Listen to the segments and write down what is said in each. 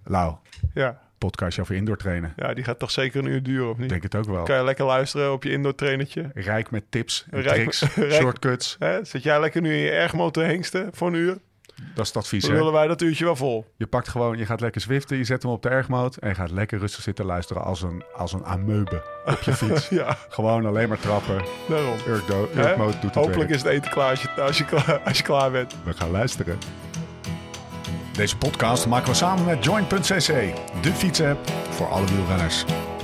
Lau, Ja. podcastje over indoor trainen. Ja, die gaat toch zeker een uur duren, of niet? Ik denk het ook wel. Kan je lekker luisteren op je indoor trainertje? Rijk met tips en Rijk- tricks, rijk- shortcuts. Hè? Zit jij lekker nu in je ergmo te hengsten voor een uur? Dat is het advies, Dan hè? willen wij dat uurtje wel vol. Je pakt gewoon, je gaat lekker zwiften, je zet hem op de ergmode en je gaat lekker rustig zitten luisteren als een amoebe op je fiets. Ja, Gewoon alleen maar trappen. daarom. Ergmode doet het Hopelijk werk. is het eten klaar als je klaar bent. We gaan luisteren. Deze podcast maken we samen met Join.cc, de fietsapp voor alle wielrenners.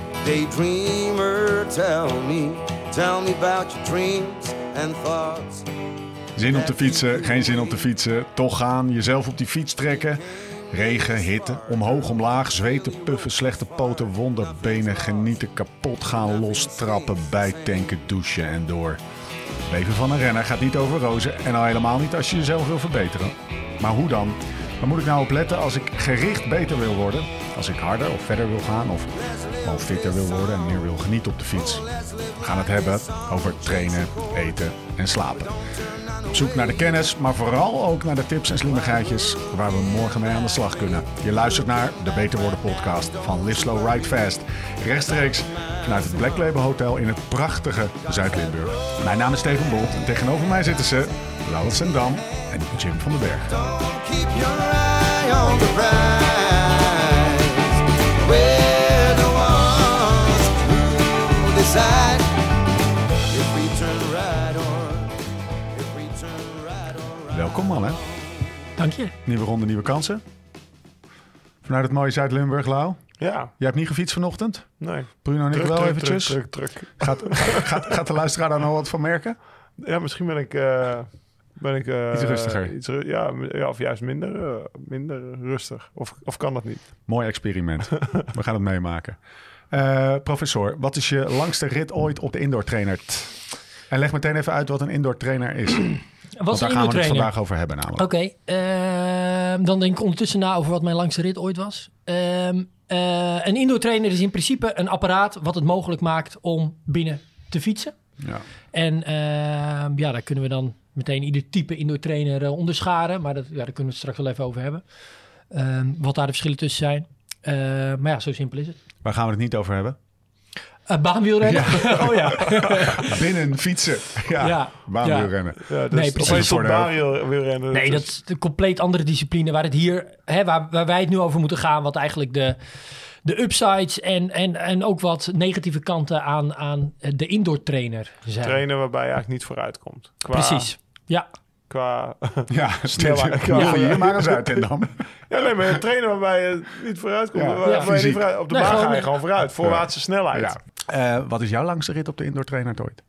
Daydreamer, tell me about your dreams and thoughts. Zin om te fietsen, geen zin om te fietsen. Toch gaan, jezelf op die fiets trekken. Regen, hitte, omhoog, omlaag, zweten, puffen, slechte poten, wonderbenen, genieten, kapot gaan, lostrappen, bijtanken, douchen en door. Leven van een renner gaat niet over rozen en al helemaal niet als je jezelf wil verbeteren. Maar hoe dan? Waar moet ik nou op letten als ik gericht beter wil worden? Als ik harder of verder wil gaan of gewoon fitter wil worden en meer wil genieten op de fiets? We gaan het hebben over trainen, eten en slapen. Op zoek naar de kennis, maar vooral ook naar de tips en slimmigheidjes waar we morgen mee aan de slag kunnen. Je luistert naar de Beter Worden podcast van Live Slow Ride Fast. Rechtstreeks vanuit het Black Label Hotel in het prachtige Zuid-Limburg. Mijn naam is Steven Bolt en tegenover mij zitten ze Laurens Sendam en Jim van den Berg. Keep your eye on the prize. We're the ones who decide if we turn right or if we turn right or right. Welkom mannen. Dank je. Nieuwe ronde, nieuwe kansen. Vanuit het mooie Zuid-Limburg, Lau. Ja, Jij hebt niet gefietst vanochtend? nee. Bruno en ik wel eventjes. Druk. Gaat de luisteraar daar nog wat van merken? Ja, misschien ben ik Iets rustiger. Of juist minder rustig. Of kan dat niet? Mooi experiment. We gaan het meemaken. Professor, wat is je langste rit ooit op de indoor trainer? En leg meteen even uit wat een indoor trainer is. Want daar gaan we het vandaag over hebben namelijk. Oké, dan denk ik ondertussen na over wat mijn langste rit ooit was. Een indoor trainer is in principe een apparaat wat het mogelijk maakt om binnen te fietsen. Ja. En daar kunnen we dan meteen ieder type indoor trainer onderscharen. Maar daar kunnen we het straks wel even over hebben. Wat daar de verschillen tussen zijn. Maar ja, zo simpel is het. Waar gaan we het niet over hebben? Baanwielrennen. Ja. Oh ja. Binnen fietsen. Ja, baanwielrennen. Ja, dus Nee, precies. opeens Voor tot de Mario weer rennen. Nee, dat is een compleet andere discipline waar het hier, waar wij het nu over moeten gaan, wat eigenlijk de upsides en ook wat negatieve kanten aan de indoor trainer zijn. trainen waarbij je eigenlijk niet vooruit komt. Precies. Ja. Qua... Ja, Snelheid. ja, hier maar eens uit en dan. Ja, nee, maar trainen waarbij je niet vooruit komt. Ja, Waarbij je niet fysiek. vooruit, op de Nee, baan gewoon- ga je gewoon vooruit. Voorwaartse snelheid. Ja. Wat is jouw langste rit op de indoor trainer ooit?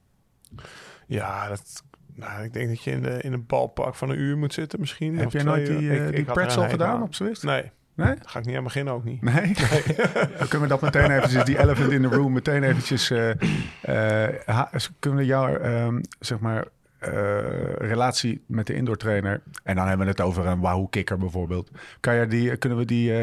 Ja, ik denk dat je in een balpark van een uur moet zitten misschien. Heb of jij 2 nooit uur. die Ik had er een pretzel hekel gedaan aan. op Zwift? Nee, Nee? daar ga ik niet aan beginnen ook niet. Nee? Dan kunnen we dat meteen eventjes, die elephant in the room, meteen eventjes... kunnen we jouw, relatie met de indoor trainer... En dan hebben we het over een Wahoo Kicker bijvoorbeeld. Kunnen we die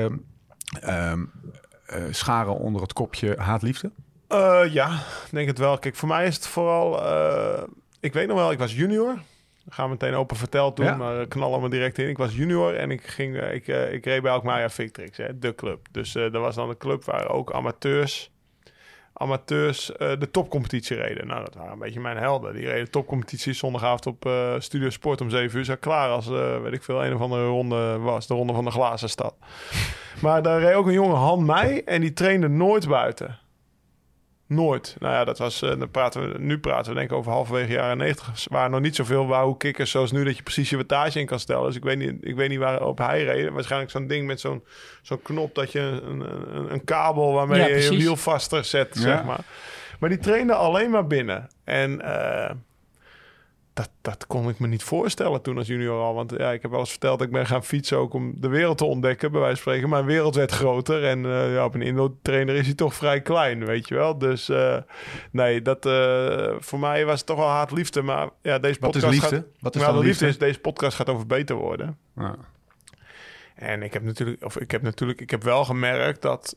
scharen onder het kopje haat-liefde? Ja, ik denk het wel. Kijk, voor mij is het vooral... ik weet nog wel, ik was junior. Gaan we meteen open verteld doen, Ja. maar knallen we direct in. Ik was junior en ik reed bij Alkmaar Victrix, de club. Dus er was dan een club waar ook amateurs de topcompetitie reden. Nou, dat waren een beetje mijn helden. Die reden topcompetitie zondagavond op Studio Sport om 7 uur. Zo klaar als, weet ik veel, een of andere ronde was. De ronde van de glazen stad. Maar daar reed ook een jonge Han Meij en die trainde nooit buiten. Nooit. Nou ja, dat was. Nu praten we denk ik over halverwege jaren 90. Er waren nog niet zoveel Wahoo Kickers zoals nu dat je precies je wattage in kan stellen. Dus ik weet niet waarop hij reed. Waarschijnlijk zo'n ding met zo'n knop dat je een kabel waarmee je precies. wiel vaster zet, zeg maar. Maar die trainde alleen maar binnen. En dat kon ik me niet voorstellen toen als junior al. Want ja, ik heb wel eens verteld dat ik ben gaan fietsen ook om de wereld te ontdekken, bij wijze van spreken. Mijn wereld werd groter en op een indoor trainer is hij toch vrij klein, weet je wel. Dus nee, voor mij was het toch wel haat-liefde. Maar ja, deze Wat podcast is liefde? gaat... Wat is nou, dan de liefde liefde? is, deze podcast gaat over beter worden. Ja. En ik heb wel gemerkt dat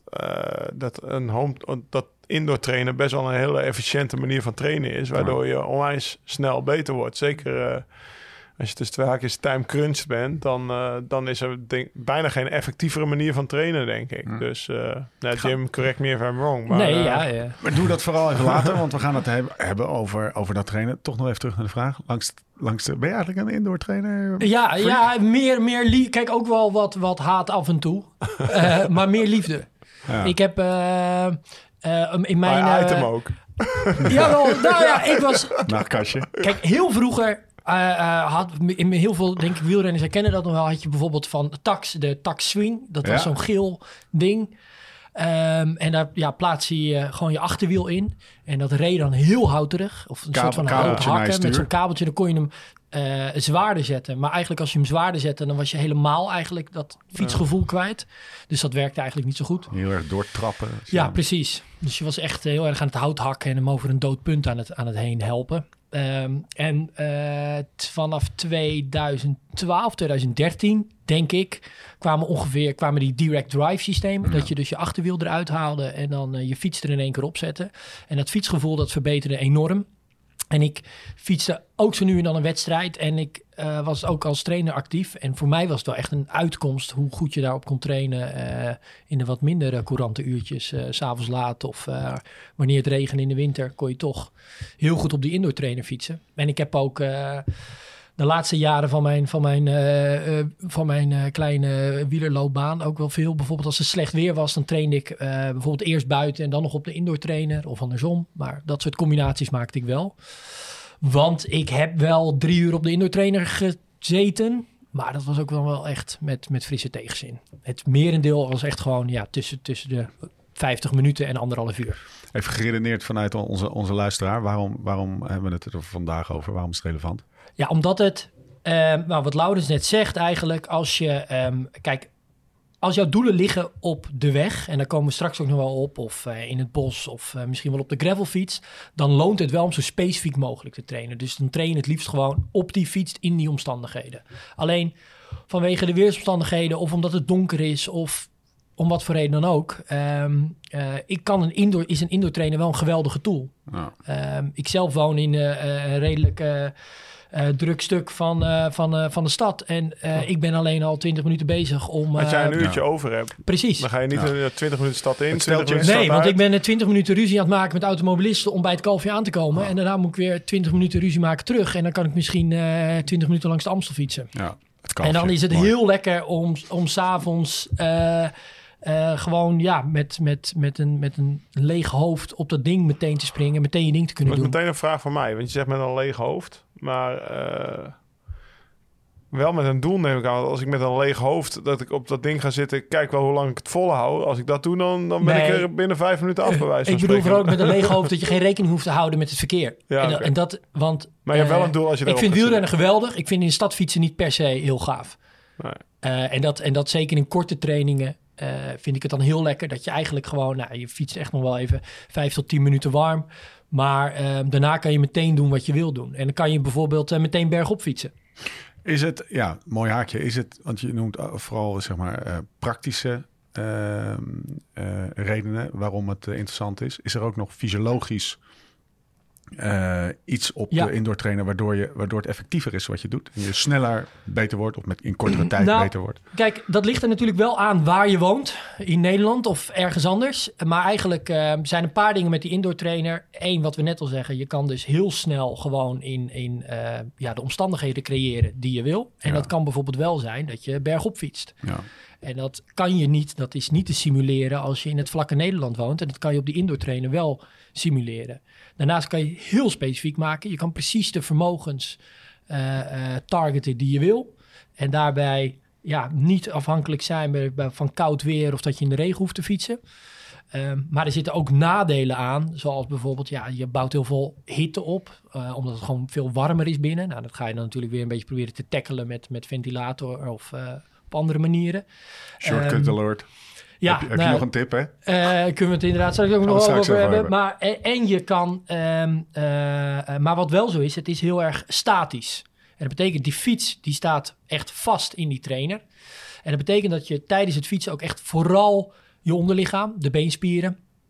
dat indoor trainen best wel een hele efficiënte manier van trainen is, waardoor je onwijs snel beter wordt. Zeker als je tussen 2 haakjes time crunched bent, dan is er bijna geen effectievere manier van trainen, denk ik. Dus Jim, correct me if I'm wrong. Maar, ja. Maar doe dat vooral even later, want we gaan het hebben over dat trainen. Toch nog even terug naar de vraag. Ben je eigenlijk een indoor trainer? Ja, meer kijk, ook wel wat haat af en toe. Maar meer liefde. Ja. Ik heb in mijn... item ook. Jawel, ik was... Nachtkastje. Kijk, heel vroeger had in heel veel, denk ik, wielrenners herkennen dat nog wel. Had je bijvoorbeeld van de Tax Swing. Dat was zo'n geel ding. En daar plaats je gewoon je achterwiel in. En dat reed dan heel houterig. Of een soort van hakken met zo'n kabeltje. Dan kon je hem zwaarder zetten. Maar eigenlijk als je hem zwaarder zette, dan was je helemaal eigenlijk dat fietsgevoel kwijt. Dus dat werkte eigenlijk niet zo goed. Heel erg doortrappen. Ja, precies. Dus je was echt heel erg aan het hout hakken en hem over een dood punt aan het heen helpen. Vanaf 2012, 2013, denk ik, kwamen die direct drive systemen. Ja. Dat je dus je achterwiel eruit haalde en dan je fiets er in één keer op zette. En dat fietsgevoel, dat verbeterde enorm. En ik fietste ook zo nu en dan een wedstrijd. En ik was ook als trainer actief. En voor mij was het wel echt een uitkomst hoe goed je daarop kon trainen in de wat minder courante uurtjes. 's Avonds laat of wanneer het regende in de winter kon je toch heel goed op die indoor trainer fietsen. En ik heb ook de laatste jaren van mijn kleine wielerloopbaan ook wel veel. Bijvoorbeeld als het slecht weer was, dan trainde ik bijvoorbeeld eerst buiten en dan nog op de indoor trainer of andersom. Maar dat soort combinaties maakte ik wel. Want ik heb wel 3 uur op de indoor trainer gezeten. Maar dat was ook wel echt met frisse tegenzin. Het merendeel was echt gewoon tussen de 50 minuten en 1,5 uur. Even geredeneerd vanuit onze luisteraar. Waarom hebben we het er vandaag over? Waarom is het relevant? Ja, omdat het, wat Laurens net zegt eigenlijk, als jouw doelen liggen op de weg, en daar komen we straks ook nog wel op, of in het bos, of misschien wel op de gravelfiets, dan loont het wel om zo specifiek mogelijk te trainen. Dus dan train je het liefst gewoon op die fiets in die omstandigheden. Alleen vanwege de weersomstandigheden, of omdat het donker is, of om wat voor reden dan ook, is een indoor trainer wel een geweldige tool. Ja. Ik zelf woon in een redelijk druk stuk van de stad. En ik ben alleen al 20 minuten bezig om... Als jij een uurtje over hebt. Precies. Dan ga je niet 20 minuten stad in, 20 minuten Nee, want uit. ik ben 20 minuten ruzie aan het maken met automobilisten om bij het kalfje aan te komen. Ja. En daarna moet ik weer 20 minuten ruzie maken terug. En dan kan ik misschien 20 minuten langs de Amstel fietsen. Ja, en dan is het heel lekker om 's avonds... gewoon met een leeg hoofd op dat ding meteen te springen, meteen je ding te kunnen doen. Meteen een vraag van mij, want je zegt met een leeg hoofd, maar wel met een doel neem ik aan. Als ik met een leeg hoofd dat ik op dat ding ga zitten, kijk wel hoe lang ik het volhoud. Als ik dat doe, dan ben ik er binnen 5 minuten af bij wijze van Ik bedoel vooral ook met een leeg hoofd dat je geen rekening hoeft te houden met het verkeer. Ja, maar je hebt wel een doel als je ik vind wielrennen geweldig. Ik vind in de stad fietsen niet per se heel gaaf. Nee. En dat zeker in korte trainingen. Vind ik het dan heel lekker dat je eigenlijk gewoon... je fietst echt nog wel even 5 tot 10 minuten warm. Maar daarna kan je meteen doen wat je wil doen. En dan kan je bijvoorbeeld meteen bergop fietsen. Is het, mooi haakje, is het... Want je noemt vooral, zeg maar, praktische redenen waarom het interessant is. Is er ook nog fysiologisch iets op de indoor trainer waardoor het effectiever is wat je doet? En je sneller beter wordt of in kortere tijd beter wordt? Kijk, dat ligt er natuurlijk wel aan waar je woont. In Nederland of ergens anders. Maar eigenlijk zijn een paar dingen met die indoor trainer. Eén, wat we net al zeggen. Je kan dus heel snel gewoon in de omstandigheden creëren die je wil. En dat kan bijvoorbeeld wel zijn dat je bergop fietst. Ja. En dat kan je niet, dat is niet te simuleren als je in het vlakke Nederland woont. En dat kan je op die indoor trainer wel simuleren. Daarnaast kan je heel specifiek maken. Je kan precies de vermogens targeten die je wil. En daarbij niet afhankelijk zijn van koud weer of dat je in de regen hoeft te fietsen. Maar er zitten ook nadelen aan. Zoals bijvoorbeeld, je bouwt heel veel hitte op. Omdat het gewoon veel warmer is binnen. Nou, dat ga je dan natuurlijk weer een beetje proberen te tackelen met ventilator of op andere manieren. Shortcut alert. Ja, heb je nog een tip, hè? Kunnen we het inderdaad straks ook nog over hebben. Maar, en je kan... maar wat wel zo is, het is heel erg statisch. En dat betekent, die fiets die staat echt vast in die trainer. En dat betekent dat je tijdens het fietsen ook echt vooral je onderlichaam, de beenspieren,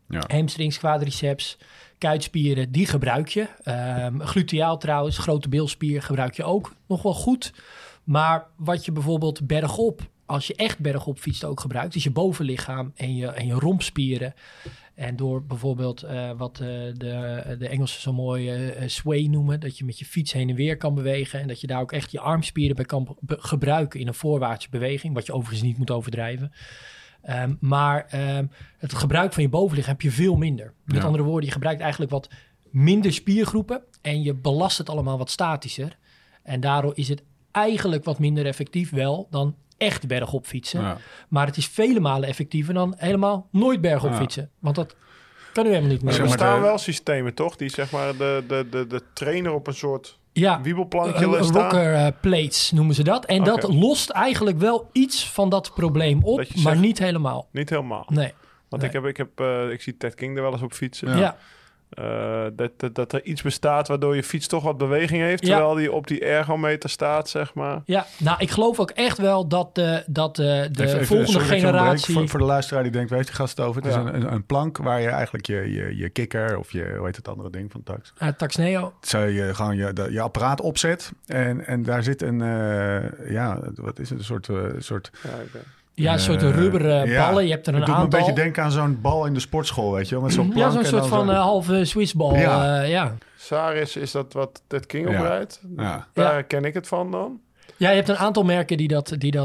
Ja. Hamstrings, quadriceps, kuitspieren, die gebruik je. Gluteaal trouwens, grote bilspier gebruik je ook nog wel goed. Maar wat je bijvoorbeeld bergop, als je echt bergop fietst ook gebruikt, is je bovenlichaam en je rompspieren. En door bijvoorbeeld wat de Engelsen zo mooi sway noemen, dat je met je fiets heen en weer kan bewegen en dat je daar ook echt je armspieren bij kan gebruiken in een voorwaartse beweging, wat je overigens niet moet overdrijven. Maar het gebruik van je bovenlichaam heb je veel minder. Met andere woorden, je gebruikt eigenlijk wat minder spiergroepen en je belast het allemaal wat statischer. En daardoor is het eigenlijk wat minder effectief wel dan echt bergop fietsen. Ja. Maar het is vele malen effectiever dan helemaal nooit bergop fietsen. Want dat kan u helemaal niet meer. Er bestaan wel systemen, toch? Die zeg maar de trainer op een soort wiebelplankje staan. Rocker plates noemen ze dat. En dat lost eigenlijk wel iets van dat probleem op, maar zegt, niet helemaal. Niet helemaal? Nee. Want ik zie Ted King er wel eens op fietsen. Ja. Dat er iets bestaat waardoor je fiets toch wat beweging heeft, terwijl die op die ergometer staat, zeg maar. Ja, nou, ik geloof ook echt wel dat de volgende generatie... Voor de luisteraar die denkt, waar heeft die gast over? Het is een plank waar je eigenlijk je kikker of hoe heet het andere ding van Tax? Tax Neo. Zou je gewoon je apparaat opzet en daar zit een, wat is het, een soort Ja, een soort rubberen ballen. Je hebt er een aantal. Het doet me een beetje denken aan zo'n bal in de sportschool, weet je wel? Met zo'n plank. Ja, zo'n soort van halve Swissbal. Saris, is dat wat Ted King oprijdt? Ja. Daar ken ik het van dan. Ja, je hebt een aantal merken die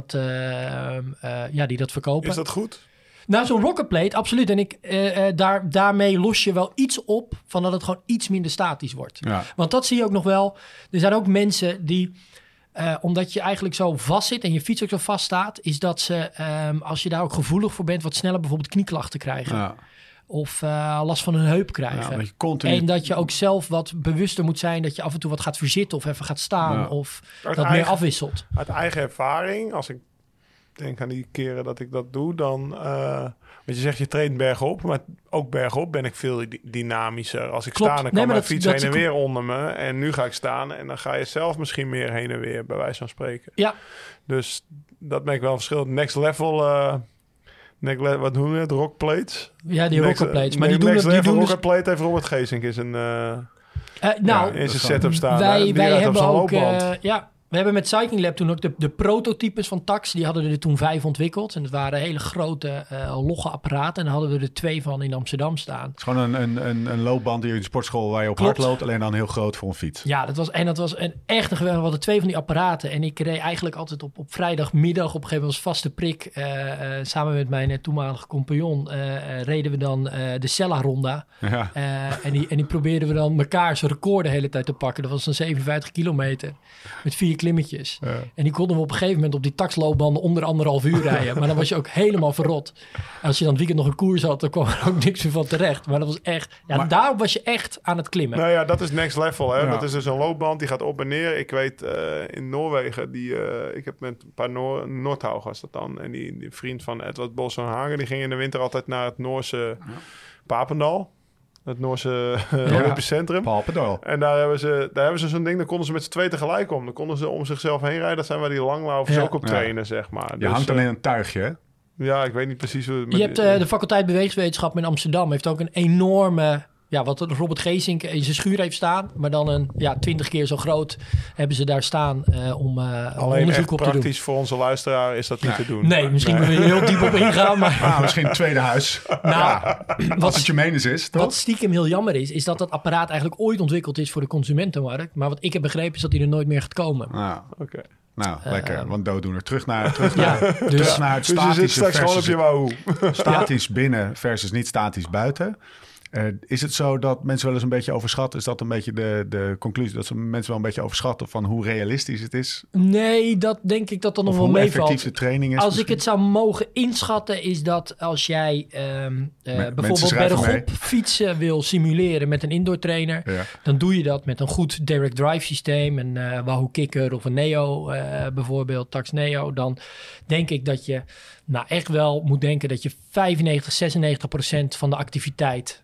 dat verkopen. Is dat goed? Nou, zo'n Rocketplate, absoluut. En daarmee los je wel iets op van dat het gewoon iets minder statisch wordt. Ja. Want dat zie je ook nog wel. Er zijn ook mensen die... omdat je eigenlijk zo vast zit en je fiets ook zo vast staat, is dat ze, als je daar ook gevoelig voor bent, wat sneller bijvoorbeeld knieklachten krijgen. Ja. Of last van hun heup krijgen. En dat je ook zelf wat bewuster moet zijn dat je af en toe wat gaat verzitten of even gaat staan of dat meer afwisselt. Uit eigen ervaring, als ik denk aan die keren dat ik dat doe, dan... want je zegt je traint bergop, maar ook bergop ben ik veel dynamischer. Als ik sta, dan kan mijn fiets heen en weer onder me. En nu ga ik staan en dan ga je zelf misschien meer heen en weer, bij wijze van spreken. Ja. Dus dat merk ik wel een verschil. Next level, wat noemen we het? Rockplates? Ja, die rockplates. Maar die doen Rockplate heeft Robert Geesink in zijn in zijn setup staan. Wij hebben ook... We hebben met Cycling Lab toen ook de prototypes van Tax. Die hadden er toen 5 ontwikkeld. En het waren hele grote logge apparaten. En daar hadden we er 2 van in Amsterdam staan. Het is gewoon een loopband die in de sportschool waar je op hard loopt. Alleen dan heel groot voor een fiets. Ja, dat was echt een geweldig. We hadden 2 van die apparaten. En ik reed eigenlijk altijd op vrijdagmiddag op een gegeven moment als vaste prik. Samen met mijn toenmalige compagnon reden we dan de Sella-ronda. Ja. En die probeerden we dan mekaars record de hele tijd te pakken. Dat was dan 57 kilometer met 4 klimmetjes. Ja. En die konden we op een gegeven moment op die taxloopbanden onder 1,5 uur rijden. Maar dan was je ook helemaal verrot. En als je dan het weekend nog een koers had, dan kwam er ook niks meer van terecht. Maar dat was echt... Ja, daarop was je echt aan het klimmen. Nou ja, dat is next level. Hè? Ja. Dat is dus een loopband, die gaat op en neer. Ik weet, in Noorwegen, ik heb met een paar Noordhaug was dat dan. En die vriend van Edward Bolsenhagen, die ging in de winter altijd naar het Noorse Papendal. Het Noorse Olympisch Centrum. Papendal. En daar hebben ze zo'n ding, dan konden ze met z'n 2 tegelijk om. Dan konden ze om zichzelf heen rijden. Dat zijn waar die langlaufers ook op trainen, zeg maar. Je hangt dan in een tuigje, hè? Ja, ik weet niet precies hoe... Je hebt de faculteit bewegingswetenschap in Amsterdam. Heeft ook een enorme... Ja, wat Robert Geesink in zijn schuur heeft staan. Maar dan 20 keer zo groot hebben ze daar staan om onderzoek op te doen. Praktisch voor onze luisteraar is dat niet te doen. Nee, misschien moeten we heel diep op ingaan. Maar... misschien een tweede huis. Wat het je menens is, toch? Wat stiekem heel jammer is dat apparaat eigenlijk ooit ontwikkeld is voor de consumentenmarkt. Maar wat ik heb begrepen is dat die er nooit meer gaat komen. Oké. Nou, lekker. Want dooddoener. Terug naar het statische versus statisch binnen versus niet statisch buiten. Is het zo dat mensen wel eens een beetje overschatten? Is dat een beetje de conclusie? Dat mensen wel een beetje overschatten van hoe realistisch het is? Nee, dat denk ik dat nog wel meevalt. Hoe effectief de training is Als ik het zou mogen inschatten, is dat als jij bijvoorbeeld bergop fietsen wil simuleren met een indoor trainer, dan doe je dat met een goed direct drive systeem, een Wahoo Kicker of een Neo bijvoorbeeld, Tax Neo. Dan denk ik dat je echt wel moet denken dat je 95-96% van de activiteit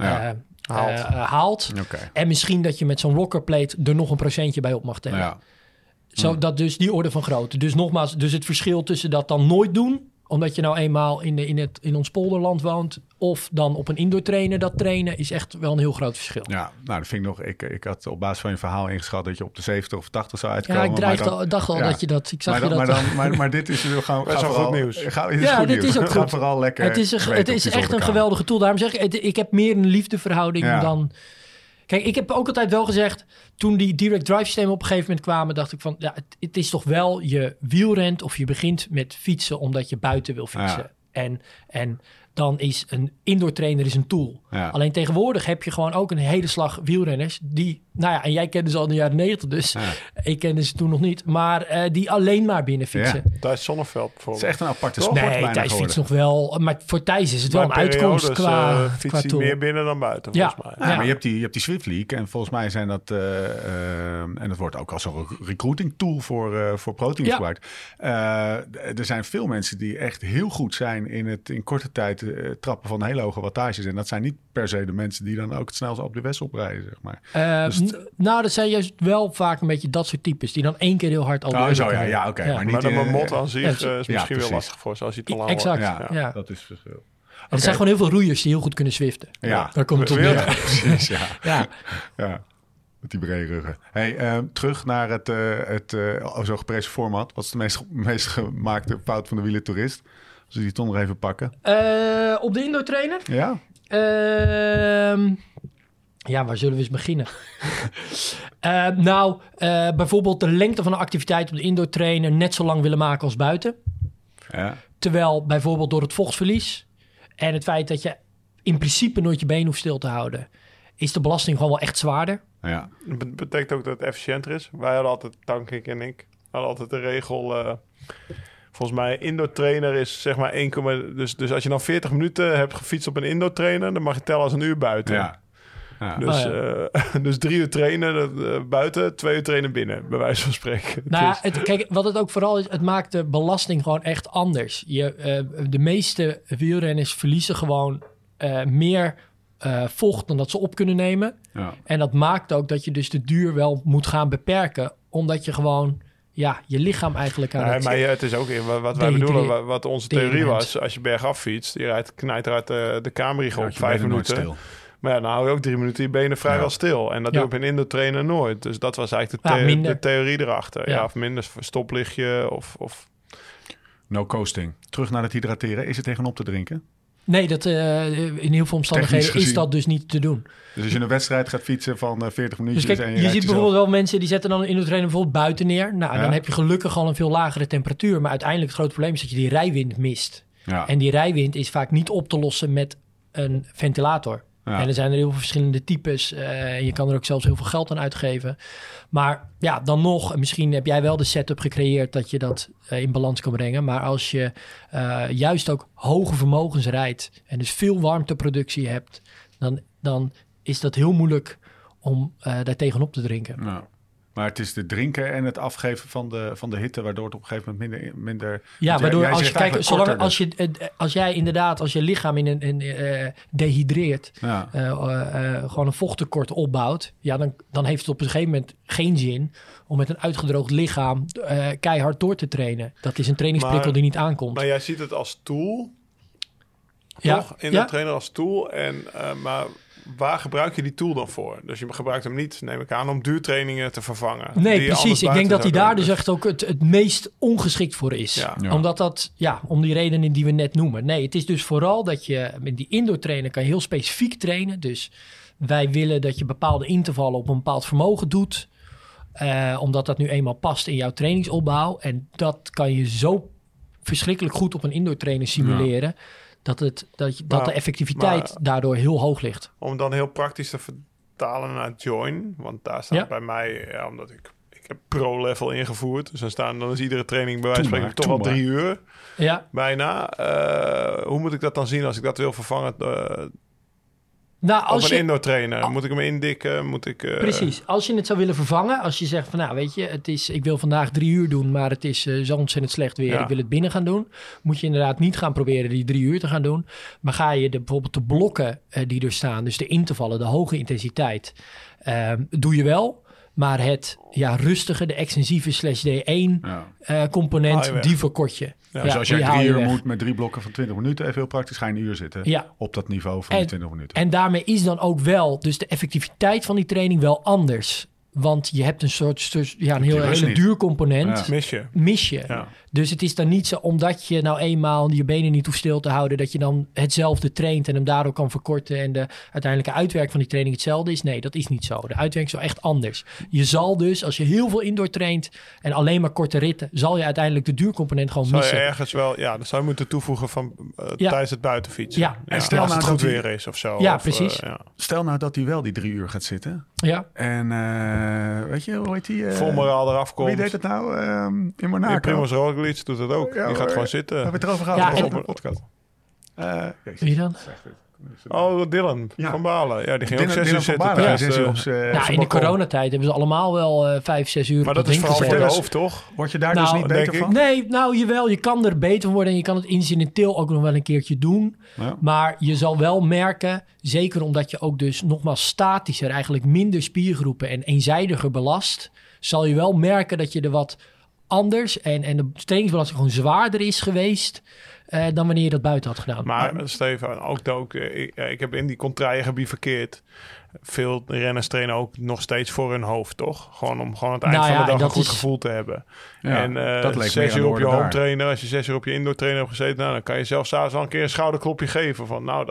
haalt. Okay. En misschien dat je met zo'n rockerplate er nog een % bij op mag tellen. Ja. Dat dus die orde van grootte. Dus nogmaals, het verschil tussen dat dan nooit doen Omdat je nou eenmaal in ons polderland woont. Of dan op een indoor trainer. Dat trainen is echt wel een heel groot verschil. Ja, nou, dat vind ik nog... Ik had op basis van je verhaal ingeschat dat je op de 70 of 80 zou uitkomen. Ja, ik dacht al dat je dat... Ik zag maar dit is weer gewoon... Dat is wel goed nieuws. Dit is ook goed. Ga vooral lekker... Het is echt een geweldige tool. Daarom zeg ik heb meer een liefdeverhouding dan... Kijk, ik heb ook altijd wel gezegd... Toen die direct drive systemen op een gegeven moment kwamen... dacht ik van, ja, het is toch wel je wielrent... of je begint met fietsen omdat je buiten wil fietsen. Ja. En dan is een indoor trainer is een tool. Ja. Alleen tegenwoordig heb je gewoon ook een hele slag wielrenners... die, nou ja, en jij kende ze al in de jaren 90, dus ik kende ze toen nog niet... maar die alleen maar binnen fietsen. Ja. Thijs Zonneveld bijvoorbeeld. Het is echt een aparte sport. Nee, Thijs fietst nog wel... maar voor Thijs is het wel een uitkomst qua fiets meer binnen dan buiten, volgens mij. Ja, maar je hebt die Swift League... en volgens mij zijn dat... en dat wordt ook als een recruiting tool voor pro-teams gebruikt. Er zijn veel mensen die echt heel goed zijn... in korte tijd trappen van hele hoge wattages. En dat zijn niet per se de mensen die dan ook het snelst op de weg oprijden, zeg maar. Nou, dat zijn juist wel vaak een beetje dat soort types... die dan 1 keer heel hard al... Oh, zo, ja, oké. Maar niet... Maar de mot aan zich is misschien wel lastig voor, zoals je het al lang exact, ja, dat is verschil. Okay. Er zijn gewoon heel veel roeiers die heel goed kunnen swiften. Ja, daar komt het op neer. Precies, ja. Met die brede ruggen. Hey, terug naar het zo geprezen format. Wat is de meest gemaakte fout van de wielertoerist? Als we die toch nog even pakken. Op de indoor trainer? Ja. Ja, waar zullen we eens beginnen? Bijvoorbeeld de lengte van een activiteit op de indoor trainer... net zo lang willen maken als buiten. Ja. Terwijl bijvoorbeeld door het vochtverlies... en het feit dat je in principe nooit je been hoeft stil te houden... is de belasting gewoon wel echt zwaarder. Ja. Dat betekent ook dat het efficiënter is. Wij hadden altijd, Tankink en ik, hadden altijd de regel... volgens mij, indoor trainer is zeg maar 1, dus als je dan 40 minuten hebt gefietst op een indoor trainer... dan mag je tellen als een uur buiten. Ja. Ja. Dus 3 uur trainen buiten, 2 uur trainen binnen, bij wijze van spreken. Nou, kijk, wat het ook vooral is, het maakt de belasting gewoon echt anders. De meeste wielrenners verliezen gewoon meer vocht dan dat ze op kunnen nemen. Ja. En dat maakt ook dat je dus de duur wel moet gaan beperken, omdat je gewoon... Ja, je lichaam eigenlijk aan maar het is ook wat wij bedoelen, wat onze theorie was. Als je bergaf fietst, je rijdt knijteruit de Camry op 5 minuten. Stil. Maar ja, dan hou je ook 3 minuten je benen vrijwel stil. En dat doe je op een indoor trainer nooit. Dus dat was eigenlijk de theorie erachter. Ja, of minder stoplichtje of... No coasting. Terug naar het hydrateren. Is het tegenop te drinken? Nee, in heel veel omstandigheden is dat dus niet te doen. Dus als je een wedstrijd gaat fietsen van 40 minuutjes... Dus kijk, je ziet bijvoorbeeld wel mensen die zetten dan een indoor trainer bijvoorbeeld buiten neer. Nou, dan heb je gelukkig al een veel lagere temperatuur. Maar uiteindelijk het grote probleem is dat je die rijwind mist. Ja. En die rijwind is vaak niet op te lossen met een ventilator. Ja. En er zijn er heel veel verschillende types. Je kan er ook zelfs heel veel geld aan uitgeven. Maar ja, dan nog, misschien heb jij wel de setup gecreëerd dat je dat in balans kan brengen. Maar als je juist ook hoge vermogens rijdt en dus veel warmteproductie hebt, dan is dat heel moeilijk om daar tegenop te drinken. Nou. Maar het is de drinken en het afgeven van de hitte, waardoor het op een gegeven moment minder... Ja, waardoor als je lichaam dehydreert, gewoon een vochttekort opbouwt, ja, dan heeft het op een gegeven moment geen zin om met een uitgedroogd lichaam keihard door te trainen. Dat is een trainingsprikkel die niet aankomt. Maar jij ziet het als tool, toch? In de trainer als tool. Maar waar gebruik je die tool dan voor? Dus je gebruikt hem niet, neem ik aan, om duurtrainingen te vervangen. Nee, precies. Ik denk dat hij daar dus echt ook het meest ongeschikt voor is. Ja. Ja. Omdat dat, om die redenen die we net noemen. Nee, het is dus vooral dat je met die indoor trainen kan je heel specifiek trainen. Dus wij willen dat je bepaalde intervallen op een bepaald vermogen doet. Omdat dat nu eenmaal past in jouw trainingsopbouw. En dat kan je zo verschrikkelijk goed op een indoor trainer simuleren. Ja. Dat de effectiviteit daardoor heel hoog ligt. Om dan heel praktisch te vertalen naar Join. Want daar staat bij mij, omdat ik heb pro-level ingevoerd. Dus dan is iedere training bij wijze van spreken toch al 3 uur. Ja. Bijna. Hoe moet ik dat dan zien als ik dat wil vervangen? Op een indoor trainer. Moet ik hem indikken? Precies. Als je het zou willen vervangen. Als je zegt van nou weet je, ik wil vandaag 3 uur doen. Maar het is zo ontzettend slecht weer. Ja. Ik wil het binnen gaan doen. Moet je inderdaad niet gaan proberen die 3 uur te gaan doen. Maar ga je bijvoorbeeld de blokken die er staan. Dus de intervallen, de hoge intensiteit. Doe je wel. Maar het rustige, de extensieve /D1 component, Haal je die verkort je. Dus als jij die haal 3 je uur weg. moet met 3 blokken van 20 minuten, even heel praktisch, ga je een uur zitten. Ja. Op dat niveau van die 20 minuten. En daarmee is dan ook wel dus de effectiviteit van die training wel anders. Want je hebt een een hele niet. duurcomponent. Ja. Mis je. Ja. Dus het is dan niet zo, omdat je nou eenmaal je benen niet hoeft stil te houden, dat je dan hetzelfde traint en hem daardoor kan verkorten en de uiteindelijke uitwerking van die training hetzelfde is. Nee, dat is niet zo. De uitwerking is wel echt anders. Je zal dus, als je heel veel indoor traint en alleen maar korte ritten, zal je uiteindelijk de duurcomponent gewoon Zou je missen. ergens wel, dat zou je moeten toevoegen van tijdens het buitenfietsen. Ja. En stel als nou het goed dat die- weer is of zo. Ja, of, precies. Stel nou dat hij wel die 3 uur gaat zitten. Ja. En weet je, hoe heet die? Vol moraal eraf komt. Wie deed het nou in Monaco? Primoz Roglic doet dat ook. Ja, die gaat gewoon zitten. Hebben we het erover gehad? Ja, Dat was en- op een podcast. Wie dan? Oh, Dylan Ja. van Balen. Ja, die ging Dylan ook 6 uur van zitten. Balen, tijdens 6 uur de- op zijn Nou, in de balkon. coronatijd hebben ze allemaal wel 5-6 uur Maar op dat de is ring vooral voor je gezeten. hoofd, toch? Word je daar Nou, dus niet denk beter ik. van? Nee, nou jawel, je kan er beter van worden en je kan het incidenteel ook nog wel een keertje doen. Ja. Maar je zal wel merken, zeker omdat je ook dus nogmaals statischer, eigenlijk minder spiergroepen en eenzijdiger belast, zal je wel merken dat je er wat anders en de trainingsbelasting gewoon zwaarder is geweest dan wanneer je dat buiten had gedaan. Maar Steven, ook ik heb in die contraien bivakkeerd. Veel renners trainen ook nog steeds voor hun hoofd, toch? Gewoon om gewoon aan het eind Nou van ja, de dag en een dat goed is- gevoel te hebben. Ja, En dat leek 6 meer aan uur de op je orde home daar. trainer, als je 6 uur op je indoor trainer hebt gezeten, nou, dan kan je zelfs s'avonds wel een keer een schouderklopje geven. Van nou,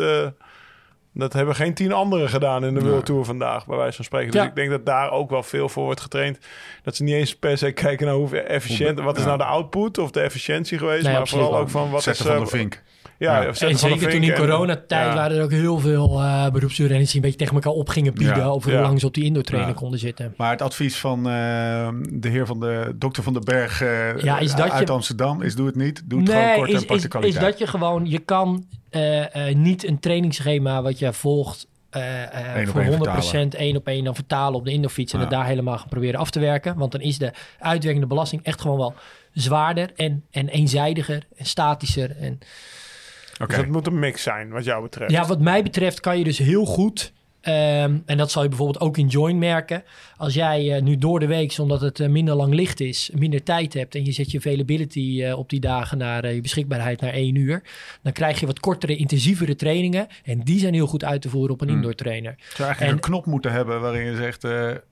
dat hebben geen 10 anderen gedaan in de World Tour vandaag, bij wijze van spreken. Dus Ja. ik denk dat daar ook wel veel voor wordt getraind. Dat ze niet eens per se kijken naar hoe efficiënt, wat is ja. nou de output of de efficiëntie geweest, Nee, maar absoluut vooral wel. ook van wat Zetten is... van de Vink. Ja, Ja. of zetten En van de zeker toen Vink in en- coronatijd ja. waren er ook heel veel beroepsrenners die een beetje tegen elkaar op gingen bieden Ja. over Ja. hoe lang ze op die indoor trainer Ja. konden zitten. Maar het advies van de heer van de dokter van den Berg is dat uit je- Amsterdam is: doe het niet. Doe het gewoon kort en pak de is kwaliteit. dat je gewoon, je kan niet een trainingsschema wat je volgt voor 100% 1-op-1 dan vertalen op de indoorfiets en Ja. het daar helemaal gaan proberen af te werken. Want dan is de uitwerkende belasting echt gewoon wel zwaarder en eenzijdiger en statischer. En Oké. Dus het moet een mix zijn, wat jou betreft. ja, wat mij betreft kan je dus heel goed, en dat zal je bijvoorbeeld ook in Join merken, als jij nu door de week, omdat het minder lang licht is, minder tijd hebt en je zet je availability op die dagen naar je beschikbaarheid naar 1 uur, dan krijg je wat kortere, intensievere trainingen en die zijn heel goed uit te voeren op een indoor trainer. Je zou eigenlijk een knop moeten hebben waarin je zegt: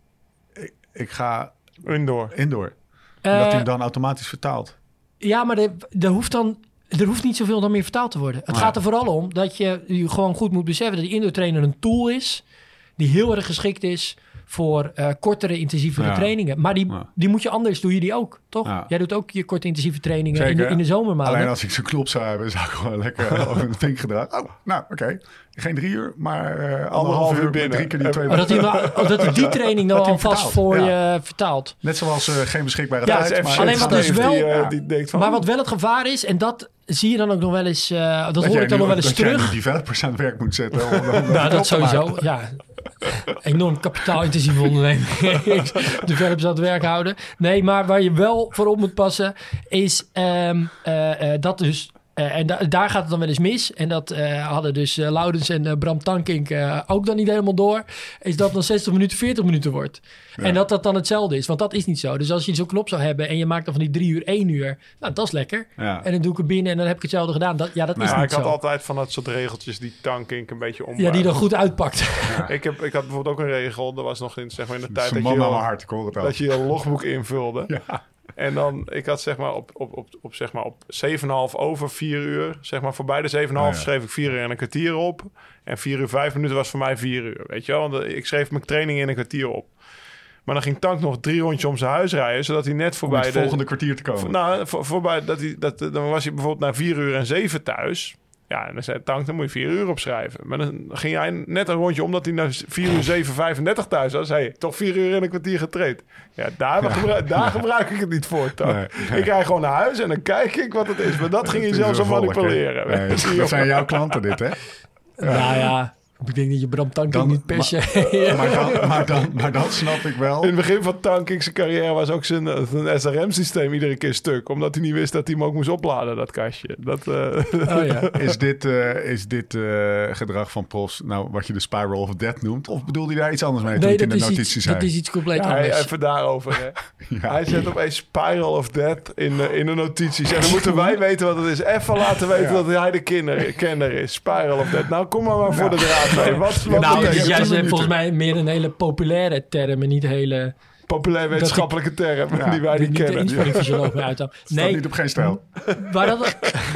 ik ga Indoor. indoor. En dat hij Eh, hem dan automatisch vertaalt. Ja, maar er hoeft niet zoveel dan meer vertaald te worden. Het Nee. gaat er vooral om dat je gewoon goed moet beseffen dat die indoor trainer een tool is die heel erg geschikt is voor kortere, intensievere Ja. trainingen. Maar Ja. die moet je anders, doe je die ook, toch? Ja. Jij doet ook je korte, intensieve trainingen Zeker. in de zomermaanden. Alleen als ik zo'n knop zou hebben, zou ik gewoon lekker over een vink gedragen. Oh, nou, oké. Geen 3 uur, maar anderhalf uur uur met binnen. 3 keer die 2 Maar dat hij die training dan Dat hij hem alvast vertaalt, voor ja. je vertaalt. Net zoals geen beschikbare Ja, tijd. Dat is Maar alleen wat dus Steve wel- die denkt van... Maar wat wel het gevaar is, en dat zie je dan ook nog wel eens, dat hoor jij ik dan nu- nog wel eens dat jij terug. nu developers aan het werk moet zetten. Om dan Nou, knop dat te maken. sowieso, ja. Enorm kapitaalintensieve onderneming. Developers aan het werk houden. Nee, maar waar je wel voor op moet passen is dat dus... en daar gaat het dan wel eens mis. En dat hadden dus Laurens en Bram Tankink ook dan niet helemaal door. Is dat dan 60 minuten 40 minuten wordt. Ja. En dat dan hetzelfde is. Want dat is niet zo. Dus als je zo'n knop zou hebben en je maakt dan van die 3 uur 1 uur. Nou, dat is lekker. Ja. En dan doe ik er binnen en dan heb ik hetzelfde gedaan. Dat is Maar niet ik had zo. altijd van dat soort regeltjes die Tankink een beetje om. Ja, die dan goed uitpakt. Ik had bijvoorbeeld ook een regel. Dat was nog in, zeg maar, in de Het tijd is een dat man je, aan mijn al, hart, ik hoor het al. dat je een logboek invulde. Ja. En dan, ik had zeg maar op 7,5 over 4 uur, zeg maar voorbij de 7,5 Oh, ja. schreef ik 4 uur en een kwartier op. En 4 uur 5 minuten was voor mij 4 uur, weet je wel. Want ik schreef mijn training in een kwartier op. Maar dan ging Tank nog 3 rondjes om zijn huis rijden, zodat hij net Om in voorbij het volgende kwartier te komen. Nou, voorbij dan was hij bijvoorbeeld na 4 uur en 7 thuis. Ja, en dan zei Tank, dan moet je 4 uur opschrijven. Maar dan ging hij net een rondje, omdat hij na 4 uur 7:35 thuis was. Hey, toch 4 uur en een kwartier getraind. Ja, daar gebruik ik het niet voor, Tank. Nee. Ik rijd gewoon naar huis en dan kijk ik wat het is. Maar dat ging je Het is zelfs al een volk, hè? manipuleren. Nee, dat zijn jouw klanten dit, hè? Nou ja, Ik denk dat je Bram Tankink Dan- niet per se... Maar dan snap ik wel. In het begin van Tankink zijn carrière was ook zijn SRM-systeem iedere keer stuk. Omdat hij niet wist dat hij hem ook moest opladen, dat kastje. Oh ja. Is dit gedrag van Profs nou wat je de spiral of death noemt? Of bedoelde hij daar iets anders mee toen Nee, ik in dat de is, notities iets, zei? dat is iets compleet Ja, anders. even daarover. Hè. Ja. Hij zet opeens Spiral of Death in de notities. En dan moeten wij weten wat het is. Even laten weten dat hij de kenner is. Spiral of Death. Nou, kom maar voor de draad mee. Wat Nou, dat betekent is het? juist 10 minuten. volgens mij meer een hele populaire term en niet hele... Populair wetenschappelijke term die wij niet Niet de kennen. inspiratiefysioloog meer uit. Staat Nee, niet op geen stijl. waar dat...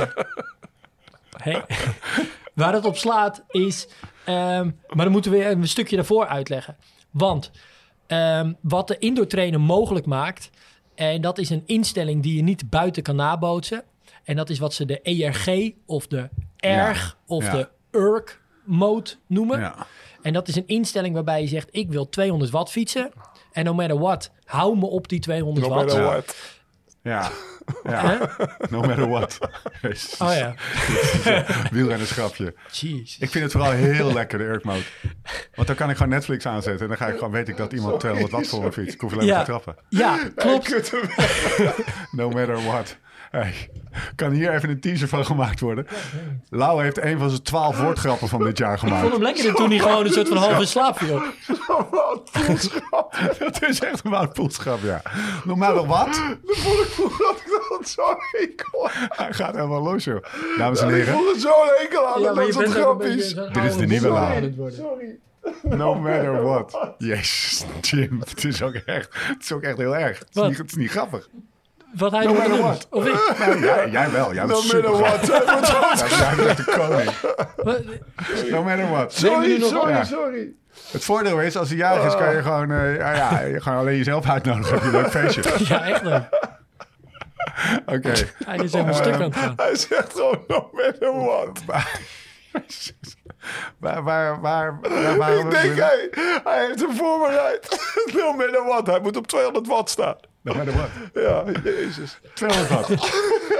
Hey. Waar dat op slaat is... maar dan moeten we een stukje daarvoor uitleggen. Want wat de indoor trainen mogelijk maakt... en dat is een instelling die je niet buiten kan nabootsen... en dat is wat ze de ERG of de ERG of Ja. de ERG mode noemen. Ja. En dat is een instelling waarbij je zegt... ik wil 200 watt fietsen... en no matter what, hou me op die 200 No watt. matter Ja. what. Ja. No matter what. Jezus. Oh ja. Wielrennerschapje. Jeez. Ik vind het vooral heel lekker, de Urk Mode. Want dan kan ik gewoon Netflix aanzetten... en dan ga ik gewoon, weet ik dat iemand 200 watt voor me fietst. Ik hoef alleen maar Ja. te trappen. Ja, klopt. No matter what. Hey, kan hier even een teaser van gemaakt worden? Lau heeft een van zijn 12 woordgrappen van dit jaar Ik vond gemaakt. hem lekkerder toen hij gewoon een soort van half in slaap viel. Dat is echt een woudpoelsgrap, ja. No matter what. Dat vond ik vroeger dat ik dat zo hekel aan. Hij gaat helemaal los, joh. Dames en Ik heren, vond het zo'n hekel aan. Dat soort grapjes. Dit is de nieuwe Lau. Sorry. No matter what. Jezus, Jim. Het is ook echt heel erg. Wat? Het is niet grappig. Wat hij No nog matter doet. what. Of ik. Nou, jij wel. Jij bent No matter super what. Jij bent de koning. Wat- No matter what. Neem je nu nog op? Ja. Sorry. Het voordeel is, als hij jarig is, kan je gewoon, gewoon alleen jezelf uitnodigen. Heb je een leuk feestje. Ja, echt leuk. Oké. Hij is helemaal stuk aan het gaan. Hij zegt gewoon no matter what. Waarom Ik denk, hij heeft hem voorbereid. No matter what. Hij moet op 200 watt staan. No matter what. Ja, jezus. 200 watt.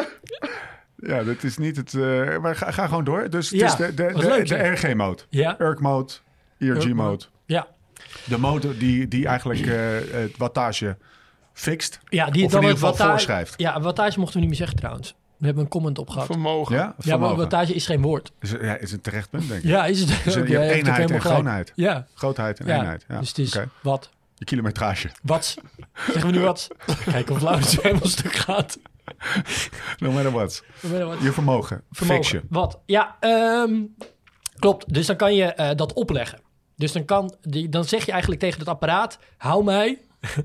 Ja, dat is niet het... maar ga gewoon door. Dus het Ja, is de was leuk, de zeg. RG-mode. Ja. ERG-mode, ERG-mode. Ja. De mode die eigenlijk het wattage fixt. Ja, die Of dan in ieder het geval wattage- voorschrijft. Ja, wattage mochten we niet meer zeggen trouwens. We hebben een comment op gehad. Vermogen. Ja, Ja, maar vermogen. wattage is geen woord. Is een terecht punt, denk ik. Ja, is het Dus ook. je hebt heeft ook eenheid helemaal en gelijk. grootheid. Ja, Grootheid en ja. eenheid. Ja. Dus het is Oké. wat. Je kilometrage. Wat? Zeggen we nu wat? Kijken of Laurens helemaal stuk gaat. No matter what. Wat? Je vermogen. Fix je. Wat? Ja, klopt. Dus dan kan je dat opleggen. Dus dan zeg je eigenlijk tegen het apparaat... hou mij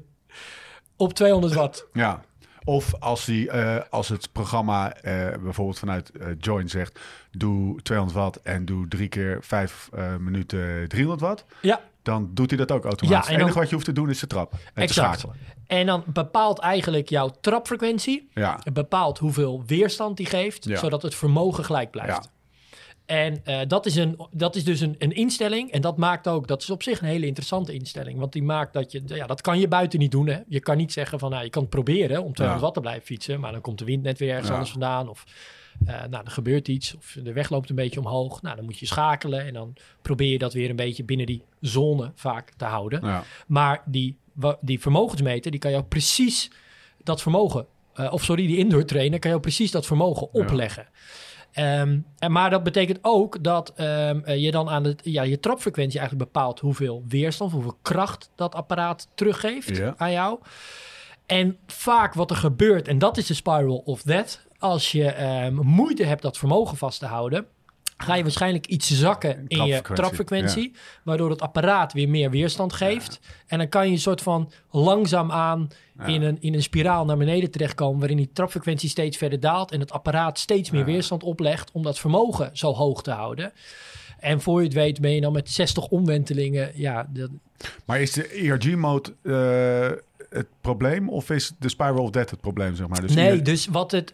op 200 watt. Ja. Of als het programma bijvoorbeeld vanuit Join zegt... doe 200 watt en doe 3 keer 5 minuten 300 watt... Ja, dan doet hij dat ook automatisch. Ja, en Het enige dan- wat je hoeft te doen is de trap. En te exact. schakelen. En dan bepaalt eigenlijk jouw trapfrequentie... Ja. Het bepaalt hoeveel weerstand die geeft... Ja. zodat het vermogen gelijk blijft. Ja. En dat is dus een instelling. En dat maakt ook... Dat is op zich een hele interessante instelling. Want die maakt dat je... Ja, dat kan je buiten niet doen. Hè. Je kan niet zeggen van... je kan het proberen om 200 watt te blijven fietsen. Maar dan komt de wind net weer ergens anders vandaan. Of er gebeurt iets. Of de weg loopt een beetje omhoog. Nou, dan moet je schakelen. En dan probeer je dat weer een beetje binnen die zone vaak te houden. Ja. Maar die vermogensmeter... die kan jou precies dat vermogen... die indoor trainer... kan jou precies dat vermogen opleggen. Maar dat betekent ook dat je dan aan je trapfrequentie eigenlijk bepaalt hoeveel weerstand, hoeveel kracht dat apparaat teruggeeft aan jou. En vaak wat er gebeurt, en dat is de spiral of that, als je moeite hebt dat vermogen vast te houden, ga je waarschijnlijk iets zakken in je trapfrequentie, waardoor het apparaat weer meer weerstand geeft. Ja. En dan kan je een soort van langzaamaan in een spiraal naar beneden terechtkomen, waarin die trapfrequentie steeds verder daalt en het apparaat steeds meer weerstand oplegt om dat vermogen zo hoog te houden. En voor je het weet ben je dan met 60 omwentelingen. Ja, Maar is de ERG-mode het probleem of is de Spiral of Death het probleem, zeg maar? Dus dus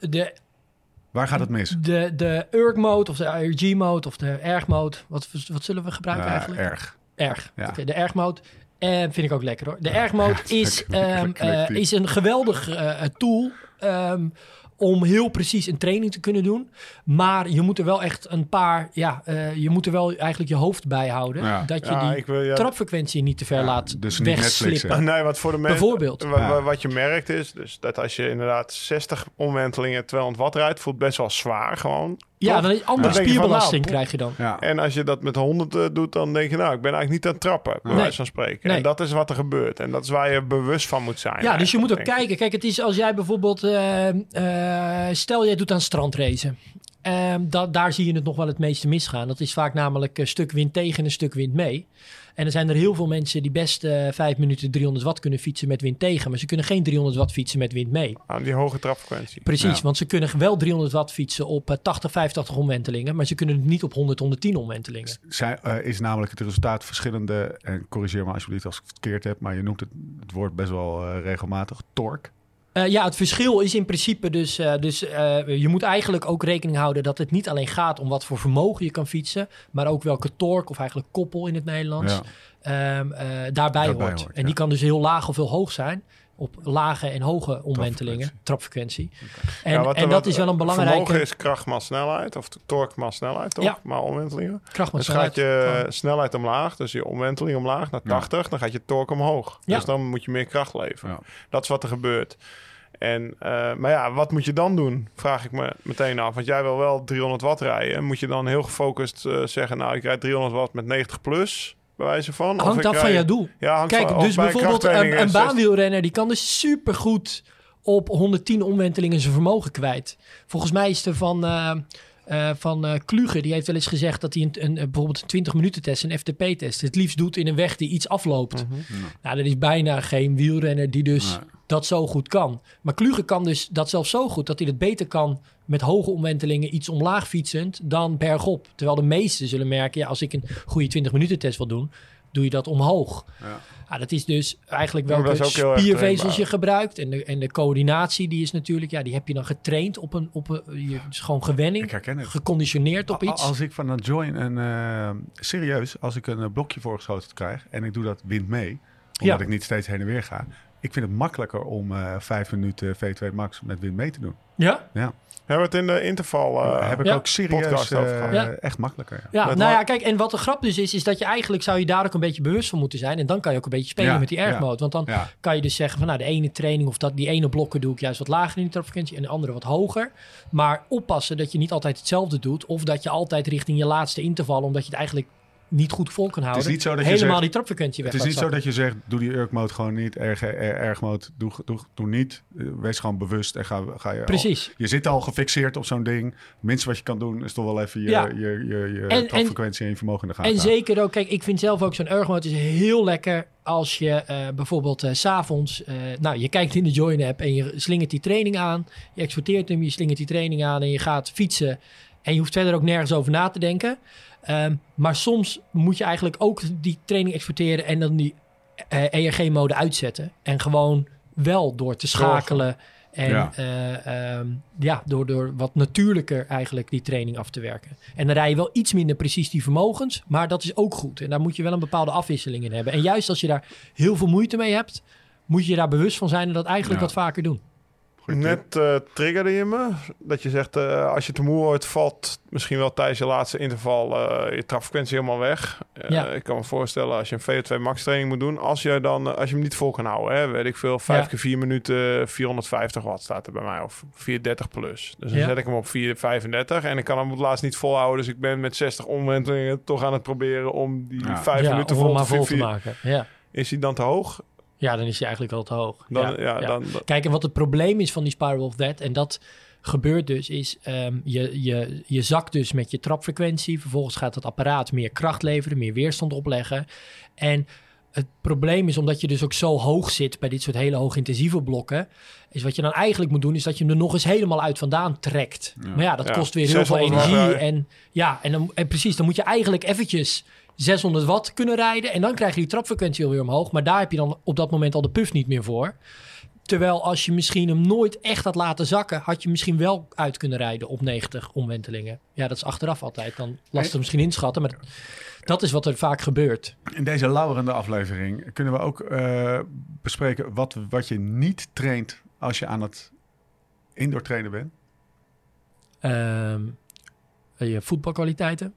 waar gaat het mis? De ERG-mode of de ERG-mode of de ERG-mode. Wat zullen we gebruiken eigenlijk? Erg. Ja. Okay, de ERG-mode vind ik ook lekker hoor. De ERG-mode is een geweldig tool om heel precies een training te kunnen doen. Maar je moet er wel echt een paar... je moet er wel eigenlijk je hoofd bij houden. Ja. Dat je die trapfrequentie niet te ver laat dus niet wegslippen. Nee, wat voor de mensen... Bijvoorbeeld. Wat je merkt is dus dat als je inderdaad 60 omwentelingen 200 watt rijdt, voelt best wel zwaar gewoon. Ja, toch? dan is andere Dan denk je van, spierbelasting nou, krijg je dan. Ja. En als je dat met 100 doet, dan denk je, nou, ik ben eigenlijk niet aan het trappen, bij wijze van spreken. Nee. En dat is wat er gebeurt. En dat is waar je bewust van moet zijn. Ja, dus je moet ook denk ik. kijken. Kijk, het is als jij bijvoorbeeld... stel, jij doet aan strandracen. Daar zie je het nog wel het meeste misgaan. Dat is vaak namelijk een stuk wind tegen en een stuk wind mee. En er zijn er heel veel mensen die best 5 minuten 300 watt kunnen fietsen met wind tegen. Maar ze kunnen geen 300 watt fietsen met wind mee. Aan die hoge trapfrequentie. Precies, Ja. want ze kunnen wel 300 watt fietsen op 80, 85 omwentelingen. Maar ze kunnen het niet op 100, 110 omwentelingen. Is namelijk het resultaat verschillende, en corrigeer me alsjeblieft als ik het verkeerd heb, maar je noemt het woord best wel regelmatig, torque. Het verschil is in principe dus je moet eigenlijk ook rekening houden dat het niet alleen gaat om wat voor vermogen je kan fietsen, maar ook welke torque of eigenlijk koppel in het Nederlands daarbij hoort. En die kan dus heel laag of heel hoog zijn op lage en hoge omwentelingen, trapfrequentie. En dat is wel een belangrijke... Vermogen is kracht maar snelheid, of torque maar snelheid, toch? Ja. Maar omwentelingen. Kracht maar Dus snelheid. gaat je snelheid omlaag, dus je omwenteling omlaag naar 80, dan gaat je torque omhoog. Ja. Dus dan moet je meer kracht leveren. Ja. Dat is wat er gebeurt. En, maar ja, wat moet je dan doen? Vraag ik me meteen af. Want jij wil wel 300 watt rijden. Moet je dan heel gefocust zeggen, nou, ik rijd 300 watt met 90 plus, bij wijze van? Of Hangt ik af van rijd- jouw doel. Ja, hangt Kijk, van, of dus bij bijvoorbeeld krachttraining een is baanwielrenner... die kan dus supergoed op 110 omwentelingen zijn vermogen kwijt. Volgens mij is er van Kluge, die heeft wel eens gezegd... dat hij bijvoorbeeld een 20 minuten test, een FTP-test... het liefst doet in een weg die iets afloopt. Nou, er is bijna geen wielrenner die dus dat zo goed kan. Maar Kluge kan dus dat zelfs zo goed... dat hij het beter kan met hoge omwentelingen... iets omlaag fietsend dan bergop. Terwijl de meesten zullen merken... ja, als ik een goede 20 minuten test wil doen... doe je dat omhoog. Ja, dat is dus eigenlijk Maar dat welke is ook heel erg spiervezels trainbaar. je gebruikt. En de coördinatie, die is natuurlijk... die heb je dan getraind op een je is gewoon gewenning. Ik herken het. Geconditioneerd op iets. Als ik van een join serieus, als ik een blokje voorgeschoten krijg en ik doe dat wind mee, omdat ik niet steeds heen en weer ga. Ik vind het makkelijker om 5 minuten V2 max met wind mee te doen. Ja? Ja. We hebben het in de interval... heb ik ook serieus podcast over gehad. echt makkelijker. Ja, Met nou wa- ja, kijk, en wat de grap dus is dat je eigenlijk zou je daar ook een beetje bewust van moeten zijn. En dan kan je ook een beetje spelen Ja, met die erg mode. Want dan Ja. kan je dus zeggen van, nou, de ene training of die ene blokken doe ik juist wat lager in die trapfrequentie en de andere wat hoger. Maar oppassen dat je niet altijd hetzelfde doet of dat je altijd richting je laatste interval, omdat je het eigenlijk niet goed vol kan houden, niet zo dat je helemaal zegt- die trapfrequentie weg Het is niet laat zo zakken. dat je zegt, doe die erg-mode gewoon niet, erg-mode, doe niet. Wees gewoon bewust en ga je... Precies. Je zit al gefixeerd op zo'n ding. Het minste wat je kan doen is toch wel even je En- trapfrequentie en je vermogen in de gaten En houden. zeker ook, kijk, ik vind zelf ook zo'n ergmode is heel lekker als je bijvoorbeeld 's avonds, je kijkt in de Join app en je slingert die training aan. Je exporteert hem, je slingert die training aan en je gaat fietsen. En je hoeft verder ook nergens over na te denken. Maar soms moet je eigenlijk ook die training exporteren en dan die ERG-mode uitzetten. En gewoon wel door te schakelen en door wat natuurlijker eigenlijk die training af te werken. En dan rij je wel iets minder precies die vermogens, maar dat is ook goed. En daar moet je wel een bepaalde afwisseling in hebben. En juist als je daar heel veel moeite mee hebt, moet je daar bewust van zijn en dat eigenlijk wat vaker doen. Net triggerde je me dat je zegt, als je te moe wordt, valt misschien wel tijdens je laatste interval je trapfrequentie helemaal weg. Ik kan me voorstellen als je een VO2 max training moet doen, als je hem niet vol kan houden, hè, weet ik veel, 5 keer 4 minuten 450 watt staat er bij mij, of 430 plus. Dus dan zet ik hem op 435 en ik kan hem op het laatst niet volhouden, dus ik ben met 60 omwentelingen toch aan het proberen om die 5 minuten om hem maar vol vol te maken. Ja. Is hij dan te hoog? Ja, dan is hij eigenlijk al te hoog. Dan, Kijk, en wat het probleem is van die Spiral of Death, en dat gebeurt dus, is je zakt dus met je trapfrequentie. Vervolgens gaat het apparaat meer kracht leveren, meer weerstand opleggen. En het probleem is, omdat je dus ook zo hoog zit bij dit soort hele hoogintensieve blokken, is wat je dan eigenlijk moet doen, is dat je hem er nog eens helemaal uit vandaan trekt. Ja. Maar ja, dat kost weer heel veel 600 energie. watt, En precies, dan moet je eigenlijk eventjes 600 watt kunnen rijden. En dan krijg je die trapfrequentie alweer omhoog. Maar daar heb je dan op dat moment al de puff niet meer voor. Terwijl als je misschien hem nooit echt had laten zakken, had je misschien wel uit kunnen rijden op 90 omwentelingen. Ja, dat is achteraf altijd dan lastig misschien inschatten. Maar dat is wat er vaak gebeurt. In deze lauwerende aflevering kunnen we ook bespreken wat je niet traint als je aan het indoor trainer bent? Je voetbalkwaliteiten.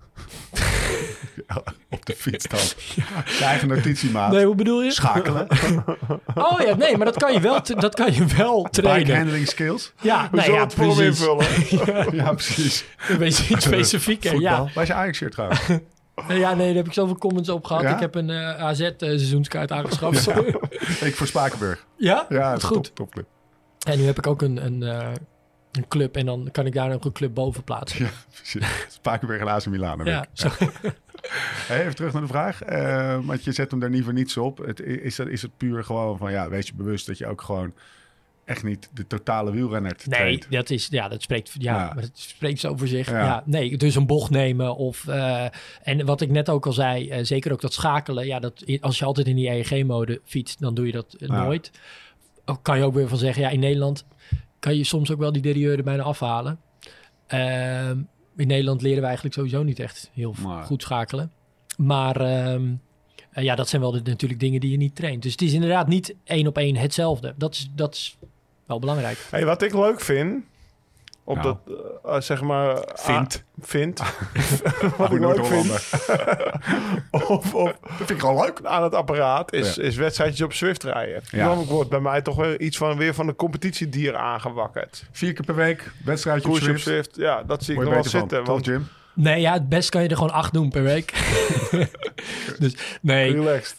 Ja, op de fiets dan. Je eigen notitiemaat. Nee, hoe bedoel je? Schakelen. Oh ja, nee, maar dat kan je wel trainen. Bike handling skills. Ja, We zullen het voor hem invullen. Ja, precies. Een beetje iets specifieker. Voetbal. Ja. Waar is je Ajax-shirt trouwens? Ja, nee, daar heb ik zoveel comments op gehad. Ja? Ik heb een AZ-seizoenskaart aangeschaft. Ik voor Spakenburg. Ja? Ja, Dat is goed. Topclub. En nu heb ik ook een club en dan kan ik daar nog een club boven plaatsen. Ja, precies. Spakenburg en AC Milan. heb Ja, ik. zo. Hey, even terug naar de vraag. Want je zet hem daar niet voor niets op. Is het puur gewoon van, ja, wees je bewust dat je ook gewoon echt niet de totale wielrenner Nee, traint. dat spreekt, maar het spreekt zo voor zich. Ja. Ja, nee, dus een bocht nemen of... en wat ik net ook al zei, zeker ook dat schakelen. Ja, als je altijd in die EEG-mode fietst, dan doe je dat nooit. Ook kan je ook weer van zeggen, ja, in Nederland kan je soms ook wel die derieur er bijna afhalen. In Nederland leren we eigenlijk sowieso niet echt heel goed schakelen. Maar ja, dat zijn wel natuurlijk dingen die je niet traint. Dus het is inderdaad niet 1 op 1 hetzelfde. Dat is wel belangrijk. Hey, wat ik leuk vind... Op Nou. dat, zeg maar... Vind. Wat ik leuk Noord-Hollander. vind... Dat vind ik gewoon leuk. aan het apparaat is wedstrijdjes op Zwift rijden. Ja. Dan wordt bij mij toch weer iets van de competitiedier aangewakkerd. 4 keer per week, wedstrijdje op Koers op Zwift. Zwift, ja, dat zie ik Word je nog wel beter van. zitten. Toch, Want Jim? Nee, ja, het best kan je er gewoon 8 doen per week. Dus nee. relaxed.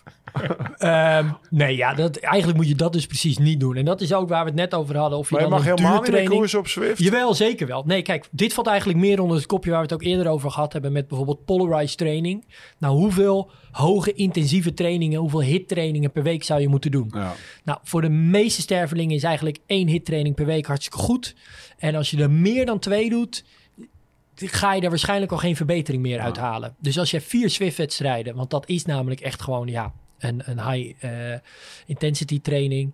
Nee, ja, eigenlijk moet je dat dus precies niet doen. En dat is ook waar we het net over hadden. Of je Maar je dan mag een helemaal niet meer duurtraining... koers op Zwift. Jawel, zeker wel. Nee, kijk, dit valt eigenlijk meer onder het kopje waar we het ook eerder over gehad hebben met bijvoorbeeld polarized training. Nou, hoeveel hoge intensieve trainingen, hoeveel HIIT-trainingen per week zou je moeten doen? Ja. Nou, voor de meeste stervelingen is eigenlijk 1 HIIT-training per week hartstikke goed. En als je er meer dan 2 doet, ga je er waarschijnlijk al geen verbetering meer uithalen. Dus als je 4 Zwift-wedstrijden, want dat is namelijk echt gewoon, ja, een high-intensity training,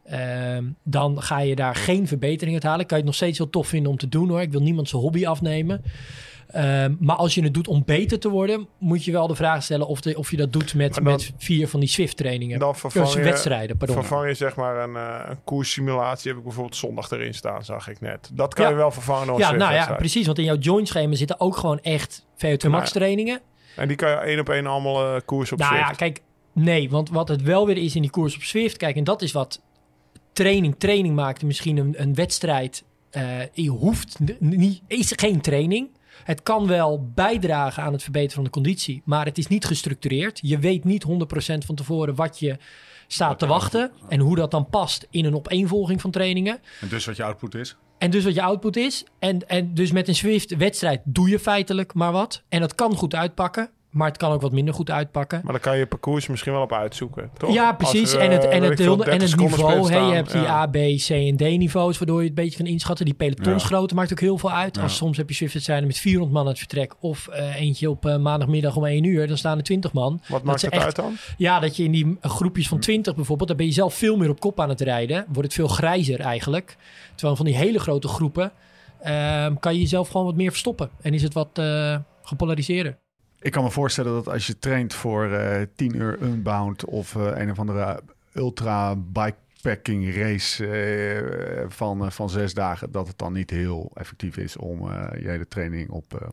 dan ga je daar geen verbetering uit halen. Kan je het nog steeds heel tof vinden om te doen, hoor. Ik wil niemand zijn hobby afnemen. Maar als je het doet om beter te worden, moet je wel de vraag stellen of je dat doet met 4 van die Zwift-trainingen. Dan Wedstrijden, pardon. vervang je zeg maar een koerssimulatie. Heb ik bijvoorbeeld zondag erin staan, zag ik net. Dat kan Ja. je wel vervangen door een Ja, nou ja, Zwift-wedstrijd. precies. Want in jouw joint-schema zitten ook gewoon echt VO2 Max trainingen. En die kan je 1 op 1 allemaal koers op Nou Zwift. ja, kijk, nee, want wat het wel weer is in die koers op Zwift, kijk, en dat is wat training maakt. Misschien een wedstrijd, je hoeft niet, is geen training. Het kan wel bijdragen aan het verbeteren van de conditie, maar het is niet gestructureerd. Je weet niet 100% van tevoren wat je staat te wachten en hoe dat dan past in een opeenvolging van trainingen. En dus wat je output is? En dus wat je output is. En dus met een Zwift-wedstrijd doe je feitelijk maar wat. En dat kan goed uitpakken, maar het kan ook wat minder goed uitpakken. Maar dan kan je parcours misschien wel op uitzoeken, toch? Ja, precies. Als er, en weet ik veel, 30 het seconden niveau. sprint Hè, je staan. hebt die Ja. A, B, C en D niveaus, waardoor je het een beetje kan inschatten. Die pelotonsgrootte maakt ook heel veel uit. Ja. Als soms heb je Zwift-wedstrijden met 400 man aan het vertrek. Of eentje op maandagmiddag om 1 uur. Dan staan er 20 man. Wat maakt ze het echt- uit dan? Ja, dat je in die groepjes van 20 bijvoorbeeld, daar ben je zelf veel meer op kop aan het rijden. Wordt het veel grijzer eigenlijk. Terwijl van die hele grote groepen kan je jezelf gewoon wat meer verstoppen. En is het wat gepolariseerder. Ik kan me voorstellen dat als je traint voor 10 uur unbound of een of andere ultra bikepacking race van 6 dagen, dat het dan niet heel effectief is om je hele training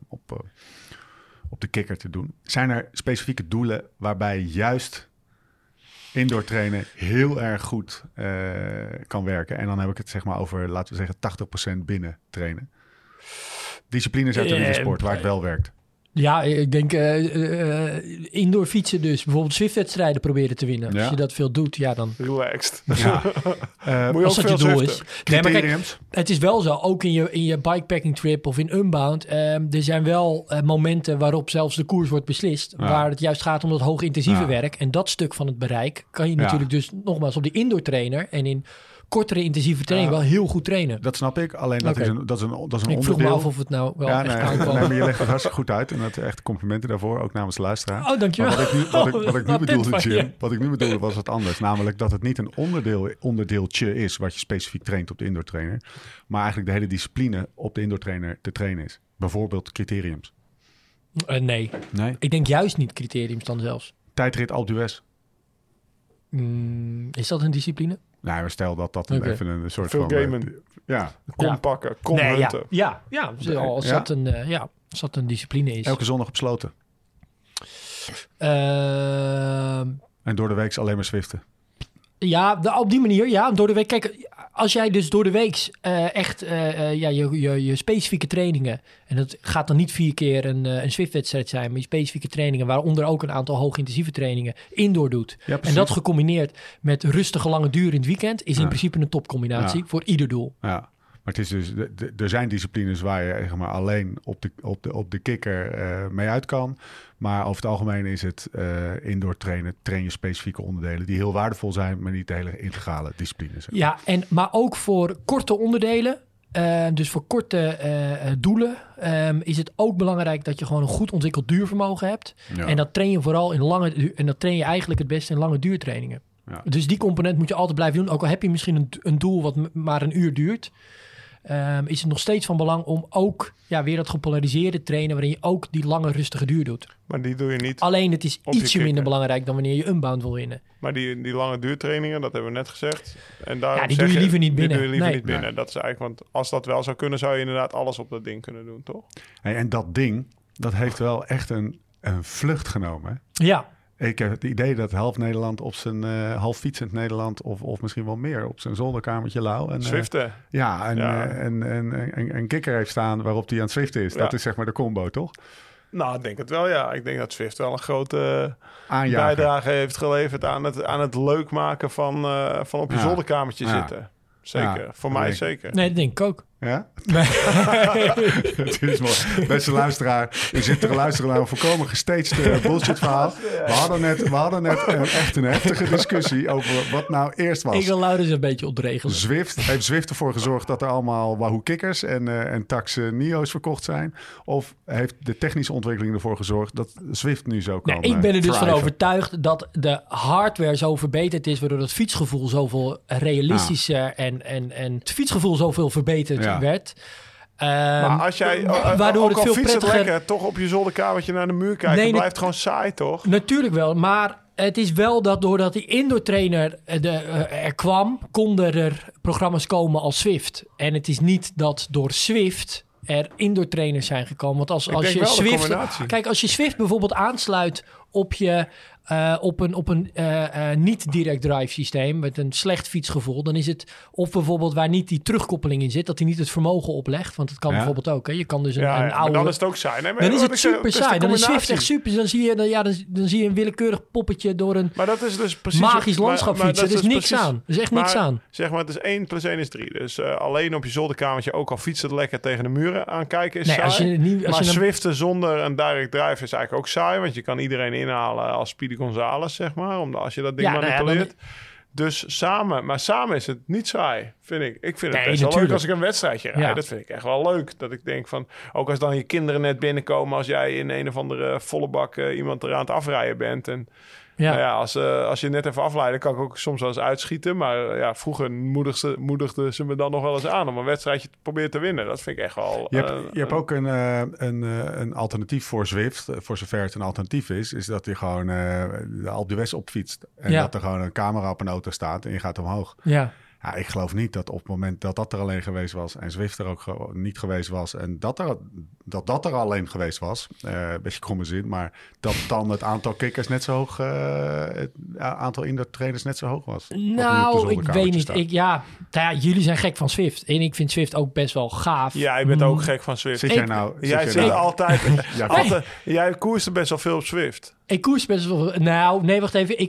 op de kikker te doen. Zijn er specifieke doelen waarbij juist indoor trainen heel erg goed kan werken? En dan heb ik het zeg maar over, laten we zeggen, 80% binnen trainen. Disciplines uit de wielersport waar het wel werkt. Ja, ik denk indoor fietsen dus. Bijvoorbeeld Zwift-wedstrijden proberen te winnen. Ja. Als je dat veel doet, ja dan... Relaxed. Ja. Moet je Als ook dat je veel doel zwiften. is. Nee, maar kijk, Criteriums? het is wel zo, ook in je bikepacking trip of in Unbound. Er zijn wel momenten waarop zelfs de koers wordt beslist. Ja. Waar het juist gaat om dat hoogintensieve Ja. werk. En dat stuk van het bereik kan je Ja. natuurlijk dus nogmaals op die indoor trainer en in kortere intensieve training wel heel goed trainen. Dat snap ik. Alleen dat Oké. is een onderdeel. Ik vroeg me af of het nou wel echt aankwam. nee, maar je legt het hartstikke goed uit. En dat echt complimenten daarvoor, ook namens de luisteraar. Oh, dankjewel. Maar wat ik nu Wat bedoelde, dit van je. Jim, wat ik nu bedoelde was wat anders. Namelijk dat het niet een onderdeeltje is wat je specifiek traint op de indoor trainer. Maar eigenlijk de hele discipline op de indoor trainer te trainen is. Bijvoorbeeld criteriums. Nee, Nee. ik denk juist niet criteriums dan zelfs. Tijdrit Alpe d'Huez. Is dat een discipline? Nou, maar stel dat Oké. even een soort Veel van... gamen. ja, Kom Ja. pakken, kom Nee, hunten. als dat een discipline is. elke zondag op sloten. Ehm, En door de week alleen maar Zwiften. Ja, op die manier, ja. Door de week. Kijk, als jij dus door de week echt je specifieke trainingen... en dat gaat dan niet 4 keer een Zwift-wedstrijd zijn... maar je specifieke trainingen, waaronder ook een aantal hoogintensieve trainingen... indoor doet. Ja, En precies. dat gecombineerd met rustige lange duur in het weekend... is in principe een topcombinatie Ja. voor ieder doel. Ja, maar het is dus, er zijn disciplines waar je zeg maar, alleen op de kikker mee uit kan. Maar over het algemeen is het indoor train je specifieke onderdelen die heel waardevol zijn, maar niet de hele integrale disciplines. Ja, maar ook voor korte onderdelen... dus voor korte doelen is het ook belangrijk dat je gewoon een goed ontwikkeld duurvermogen hebt. Ja. En dat train je vooral en dat train je eigenlijk het beste in lange duurtrainingen. Ja. Dus die component moet je altijd blijven doen. Ook al heb je misschien een doel wat maar een uur duurt. Is het nog steeds van belang om ook weer dat gepolariseerde trainen... waarin je ook die lange rustige duur doet. Maar die doe je niet. Alleen het is Op je ietsje kikker. minder belangrijk dan wanneer je unbound wil winnen. Maar die lange duurtrainingen, dat hebben we net gezegd. En daarom Ja, die zeg doe je liever niet Die binnen. doe je liever Nee. niet binnen. Dat is eigenlijk, want als dat wel zou kunnen, zou je inderdaad alles op dat ding kunnen doen, toch? Hey, en dat ding, dat heeft wel echt een vlucht genomen. Hè? Ja, Ik heb het idee dat half Nederland op zijn half fietsend Nederland of misschien wel meer op zijn zolderkamertje lauw. En, Zwiften. een kikker heeft staan waarop hij aan het zwiften is. Ja. Dat is zeg maar de combo, toch? Nou, ik denk het wel, ja. Ik denk dat Zwift wel een grote Aanjagen. bijdrage heeft geleverd aan het leuk maken van op je Ja. zolderkamertje Ja. zitten. Zeker. Ja, Voor dat mij denk ik. zeker. nee, dat denk ik ook. Ja? Het is mooi. Beste luisteraar, u zit te luisteren naar een volkomen gestaged bullshit verhaal. We hadden net echt een heftige discussie over wat nou eerst was. Ik wil Laurens een beetje ontregelen. Heeft Zwift ervoor gezorgd dat er allemaal Wahoo Kickers en Tax Nio's verkocht zijn? Of heeft de technische ontwikkeling ervoor gezorgd dat Zwift nu zo kan Nee, ik ben er dus van thriven? overtuigd dat de hardware zo verbeterd is... waardoor het fietsgevoel zoveel realistischer en het fietsgevoel zoveel verbeterd werd. Maar als jij, waardoor ook het al veel fietst het prettiger... lekker, toch op je zolderkamertje naar de muur kijken, Nee, blijft gewoon saai, toch? Natuurlijk wel, maar het is wel dat doordat die indoor trainer er kwam... konden er programma's komen als Zwift. En het is niet dat door Zwift er indoor trainers zijn gekomen. Want als denk je wel de Zwift... combinatie. Kijk, als je Zwift bijvoorbeeld aansluit op je... op een niet direct drive systeem met een slecht fietsgevoel, dan is het of bijvoorbeeld waar niet die terugkoppeling in zit, dat hij niet het vermogen oplegt, want dat kan Ja. bijvoorbeeld ook. Hè? Je kan dus een Maar oude... dan is het ook saai. Nee, maar Dan is wat het ik zeg, super het is de saai. Dan is Zwift combinatie. echt super. Dan zie je een willekeurig poppetje door een Maar dat is dus precies... magisch landschap maar fietsen. Er is dus niks precies- aan. Er is echt niks maar, aan. Zeg maar, het is 1 + 1 = 3. Dus alleen op je zolderkamertje, ook al fietsen het lekker tegen de muren aankijken, is Nee, saai. als je niet- als maar je een- Zwiften zonder een direct drive is eigenlijk ook saai, want je kan iedereen inhalen als Speedy Gonzales, zeg maar, als je dat ding Ja, nou ja, manipuleert. Dus samen is het niet saai, vind ik. Ik vind het Nee, best wel leuk natuurlijk. als ik een wedstrijdje rijd. Ja. Dat vind ik echt wel leuk. Dat ik denk van, ook als dan je kinderen net binnenkomen, als jij in een of andere volle bak iemand er aan het afrijden bent. En Ja. nou ja, als je net even afleidt, kan ik ook soms wel eens uitschieten. Maar ja, vroeger moedigde ze me dan nog wel eens aan om een wedstrijdje te proberen te winnen. Dat vind ik echt wel... Je hebt ook een alternatief voor Zwift, voor zover het een alternatief is dat je gewoon de Alpe d'Huez opfietst. En Ja. dat er gewoon een camera op een auto staat en je gaat omhoog. Ja. Ja, ik geloof niet dat op het moment dat er alleen geweest was en Zwift er ook niet geweest was en dat er alleen geweest was, een beetje kromme zin, maar dat dan het aantal kikkers net zo hoog, het aantal indoor trainers net zo hoog was. Wat nu op de Nou, ik zolderkamertje weet niet. staat. Jullie zijn gek van Zwift. En ik vind Zwift ook best wel gaaf. Jij bent ook gek van Zwift. Zit jij nou? Jij zit altijd... Ja, jij koerst er best wel veel op Zwift. Ik koers best wel... Nou, nee, wacht even.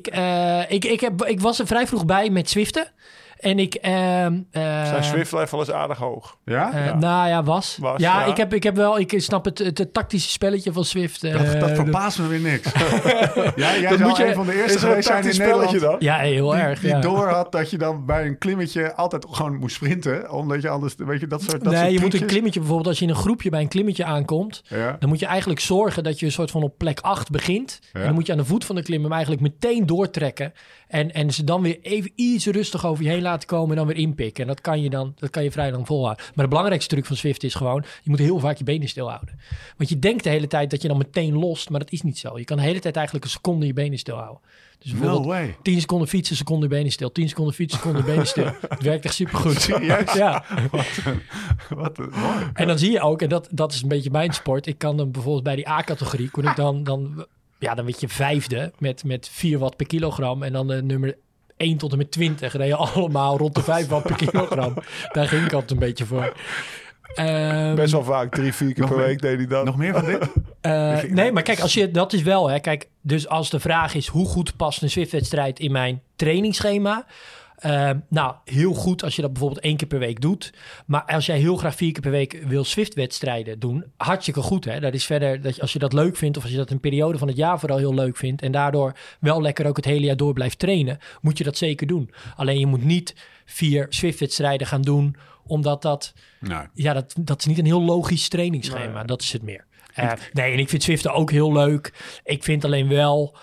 Ik was er vrij vroeg bij met Zwiften. En ik... Zijn Zwift-level is aardig hoog. Ja? Nou ja, was. Was, Ja, ja. ik snap het tactische spelletje van Zwift. Dat verbaast me weer niks. Jij Dat zou moet je- een van de eerste Is er een geweest zijn in tactisch Nederland spelletje dan? Ja, heel erg. die Ja. door had dat je dan bij een klimmetje altijd gewoon moest sprinten. Omdat je anders, weet je, dat soort Nee, je moet een trucjes. klimmetje bijvoorbeeld, als je in een groepje bij een klimmetje aankomt, Ja. dan moet je eigenlijk zorgen dat je een soort van op plek 8 begint. Ja. En dan moet je aan de voet van de klim hem eigenlijk meteen doortrekken. En ze dan weer even iets rustig over je heen laten komen en dan weer inpikken. En dat kan je vrij lang volhouden. Maar de belangrijkste truc van Zwift is gewoon, je moet heel vaak je benen stilhouden. Want je denkt de hele tijd dat je dan meteen lost, maar dat is niet zo. Je kan de hele tijd eigenlijk een seconde je benen stilhouden. Dus bijvoorbeeld No way. 10 seconden fietsen, seconde je benen stil. 10 seconden fietsen, seconde je benen stil. Het werkt echt supergoed. Serieus? Ja. Wat een mooi. En dan zie je ook, en dat is een beetje mijn sport. Ik kan dan bijvoorbeeld bij die A-categorie, kon ik dan weet je 5e met 4 watt per kilogram. En dan nummer 1 tot en met 20 reden allemaal rond de 5 watt per kilogram. Daar ging ik altijd een beetje voor. Best wel vaak 3-4 keer per week deed hij dat. Nog meer van dit? Nee, maar kijk, dat is wel, hè. Kijk, dus als de vraag is, hoe goed past een Zwift-wedstrijd in mijn trainingsschema? Nou, heel goed als je dat bijvoorbeeld 1 keer per week doet. Maar als jij heel graag 4 keer per week wil Zwift-wedstrijden doen, hartstikke goed, hè. Dat is verder, dat als je dat leuk vindt, of als je dat een periode van het jaar vooral heel leuk vindt, en daardoor wel lekker ook het hele jaar door blijft trainen, moet je dat zeker doen. Alleen je moet niet 4 Zwift-wedstrijden gaan doen, omdat dat... Nee. Ja, dat is niet een heel logisch trainingsschema. Nee. Dat is het meer. Nee, en ik vind Zwift ook heel leuk. Ik vind alleen wel...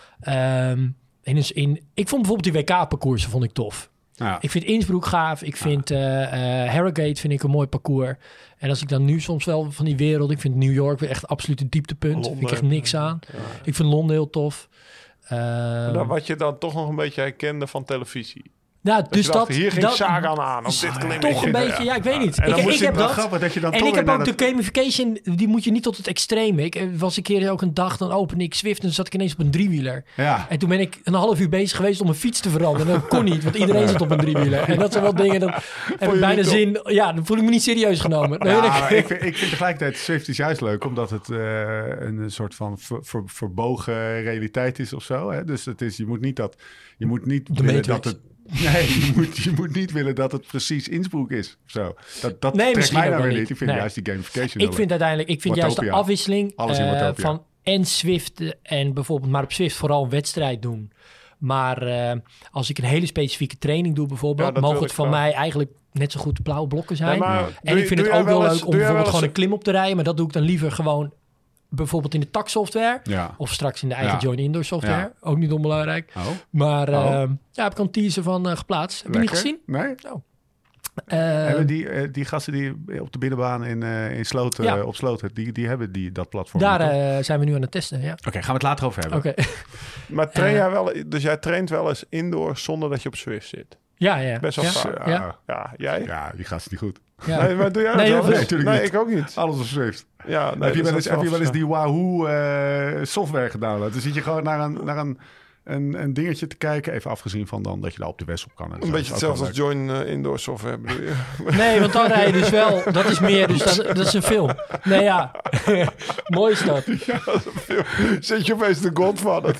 ik vond bijvoorbeeld die WK-parcoursen vond ik tof. Ja. Ik vind Innsbruck gaaf. Ik vind Harrogate vind ik een mooi parcours. En als ik dan nu soms wel van die wereld... Ik vind New York weer echt absoluut een dieptepunt. Londen. Vind ik echt niks aan. Ja. Ik vind Londen heel tof. Nou, wat je dan toch nog een beetje herkende van televisie. Nou, dus je dacht, dat... hier ging dat, Sagan aan. Op dit klimmetje. toch een beetje, ja, ik weet niet. En dan Ik moest heb Wel dat... grappig dat je dan En toch ik heb weer ook naar de gamification, die moet je niet tot het extreme. Ik was een keer ook een dag, dan opende ik Zwift en dan zat ik ineens op een driewieler. Ja. En toen ben ik een half uur bezig geweest om een fiets te veranderen. En dat kon niet, want iedereen zit op een driewieler. En dat zijn wel dingen, dat heb ik bijna niet zin... Ja, dan voel ik me niet serieus genomen. Ja, maar ik vind tegelijkertijd Zwift is juist leuk, omdat het een soort van verbogen realiteit is of zo. Hè? Dus het is, je moet niet willen Matrix. dat het... Nee, je moet niet willen dat het precies Innsbruck is. Of zo. Dat Nee, trekt misschien mij ook nou wel weer niet. niet. Ik vind Nee. juist die gamification Ik vind juist de Watopia. afwisseling Alles in Watopia. van en Zwift en bijvoorbeeld maar op Zwift vooral een wedstrijd doen. Maar als ik een hele specifieke training doe Ja, bijvoorbeeld, dat mogen wil het ik van wel. mij eigenlijk net zo goed blauwe blokken zijn. Nee, maar En ik vind het ook wel leuk om bijvoorbeeld gewoon een een klim op te rijden. Maar dat doe ik dan liever gewoon bijvoorbeeld in de TAC-software. Ja. Of straks in de eigen Ja. Join Indoor software. Ja. Ook niet onbelangrijk. Oh, Maar Oh. ja, heb ik al een teaser van geplaatst. Heb je niet lekker. gezien? Nee? Eh, Hebben die gasten die op de binnenbaan in Sloot, Ja. op Sloot, die hebben dat platform. daar toch? zijn we nu aan het testen, ja. Oké, gaan we het later over hebben. Oké. Maar train jij wel... Dus jij traint wel eens indoor zonder dat je op Zwift zit. Ja. Best wel ja. vaak. Ja. Ja, jij? Ja, die gast is niet goed. Ja. Nee, maar doe jij Nee, dat heel wel veel. eens? Nee, tuurlijk Nee, niet. ik ook niet. Alles op Zwift. Ja, nee, heb je dus wel dat eens is die Wahoo software gedownload? Dan zit je gewoon naar een dingetje te kijken. Even afgezien van dan dat je daar op de west op kan. En een zo. beetje Dat is ook hetzelfde wel als Join Indoor Software, bedoel je? Nee, want dan rij je dus wel... Dat is meer, dus dat is een film. Nee, ja. Mooi is dat. Zit je opeens de Godfather?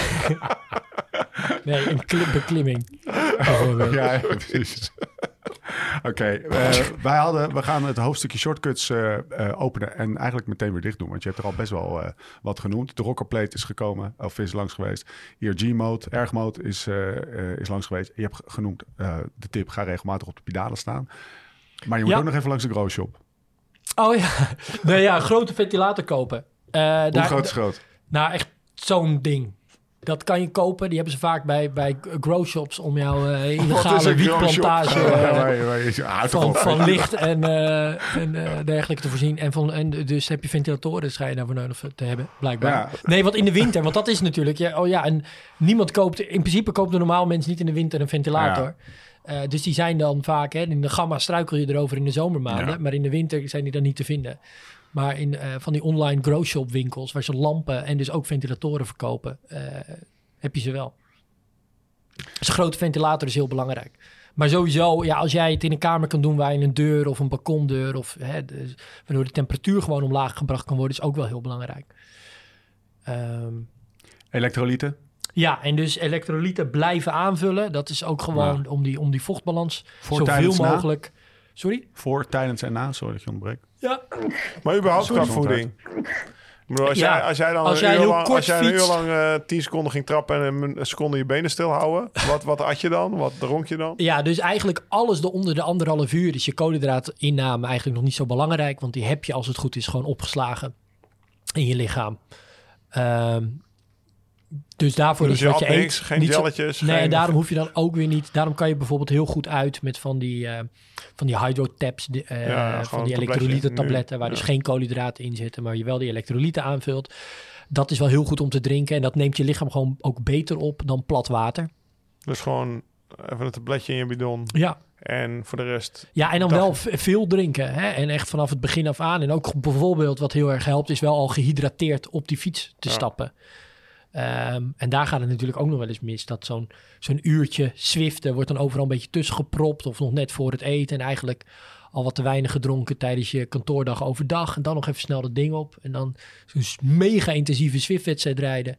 Nee, een beklimming. Bijvoorbeeld. leuk. Ja, precies. Oké, we gaan het hoofdstukje shortcuts openen en eigenlijk meteen weer dicht doen. Want je hebt er al best wel wat genoemd. De rockerplate is gekomen, of is langs geweest. ERG-mode, erg-mode is langs geweest. Je hebt genoemd de tip, ga regelmatig op de pedalen staan. Maar je moet Ja. ook nog even langs de Grow Shop. Oh ja. Nee, ja, grote ventilator kopen. Hoe groot is groot? Nou, echt zo'n ding. Dat kan je kopen. Die hebben ze vaak bij grow shops om jouw is illegale een grow shop? wietplantage Waar je van licht en dergelijke te voorzien. En dus heb je ventilatoren, schijn je daarvoor nodig te hebben, blijkbaar. Ja. Nee, want in de winter, want dat is natuurlijk... en niemand koopt... In principe koopt een normaal mens niet in de winter een ventilator. Dus die zijn dan vaak... in de gamma struikel je erover in de zomermaanden. Ja. Maar in de winter zijn die dan niet te vinden. Maar in van die online grow shop winkels... waar ze lampen en dus ook ventilatoren verkopen... heb je ze wel. Dus een grote ventilator is heel belangrijk. Maar sowieso, ja, als jij het in een kamer kan doen... waar je een deur of een balkondeur... waardoor de temperatuur gewoon omlaag gebracht kan worden... is ook wel heel belangrijk. Elektrolyten? Ja, en dus elektrolyten blijven aanvullen. Dat is ook gewoon om die vochtbalans zoveel tijdens, na? mogelijk... Sorry? Voor, tijdens en na, sorry dat je ontbreekt. Ja. Maar überhaupt Sorry. qua voeding. Ik bedoel, als jij dan als een jij uur heel lang, kort als jij een uur fietst- lang 10 seconden ging trappen en een seconde je benen stilhouden, wat at je dan? Wat dronk je dan? Ja, dus eigenlijk alles onder de 1,5 uur is je koolhydraatinname eigenlijk nog niet zo belangrijk. Want die heb je als het goed is gewoon opgeslagen in je lichaam. Dus daarvoor Dus is je wat je had eet... niks, geen niet zo- jelletjes. Nee, en geen- daarom hoef je dan ook weer niet... Daarom kan je bijvoorbeeld heel goed uit met van die hydrotabs, van gewoon die een elektrolyten tabletje. tabletten, waar Ja. dus geen koolhydraten in zitten, maar je wel die elektrolyten aanvult. Dat is wel heel goed om te drinken en dat neemt je lichaam gewoon ook beter op dan plat water. Dus gewoon even een tabletje in je bidon. Ja, En voor de rest... ja en dan Dag. wel veel drinken. Hè? En echt vanaf het begin af aan. En ook bijvoorbeeld wat heel erg helpt, is wel al gehydrateerd op die fiets te Ja. stappen. En daar gaat het natuurlijk ook nog wel eens mis. Dat zo'n uurtje zwiften wordt dan overal een beetje tussen gepropt. Of nog net voor het eten. En eigenlijk al wat te weinig gedronken tijdens je kantoordag overdag. En dan nog even snel dat ding op. En dan zo'n mega intensieve Zwift-wedstrijd rijden.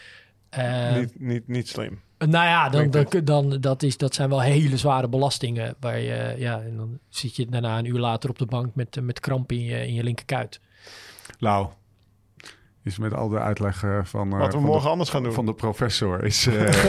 Niet slim. Nou ja, Denk dat zijn wel hele zware belastingen. Waar je, en dan zit je daarna een uur later op de bank met kramp in je linkerkuit. Lau, is met al de uitleg van... Wat we van morgen de, anders gaan doen. van de professor. Is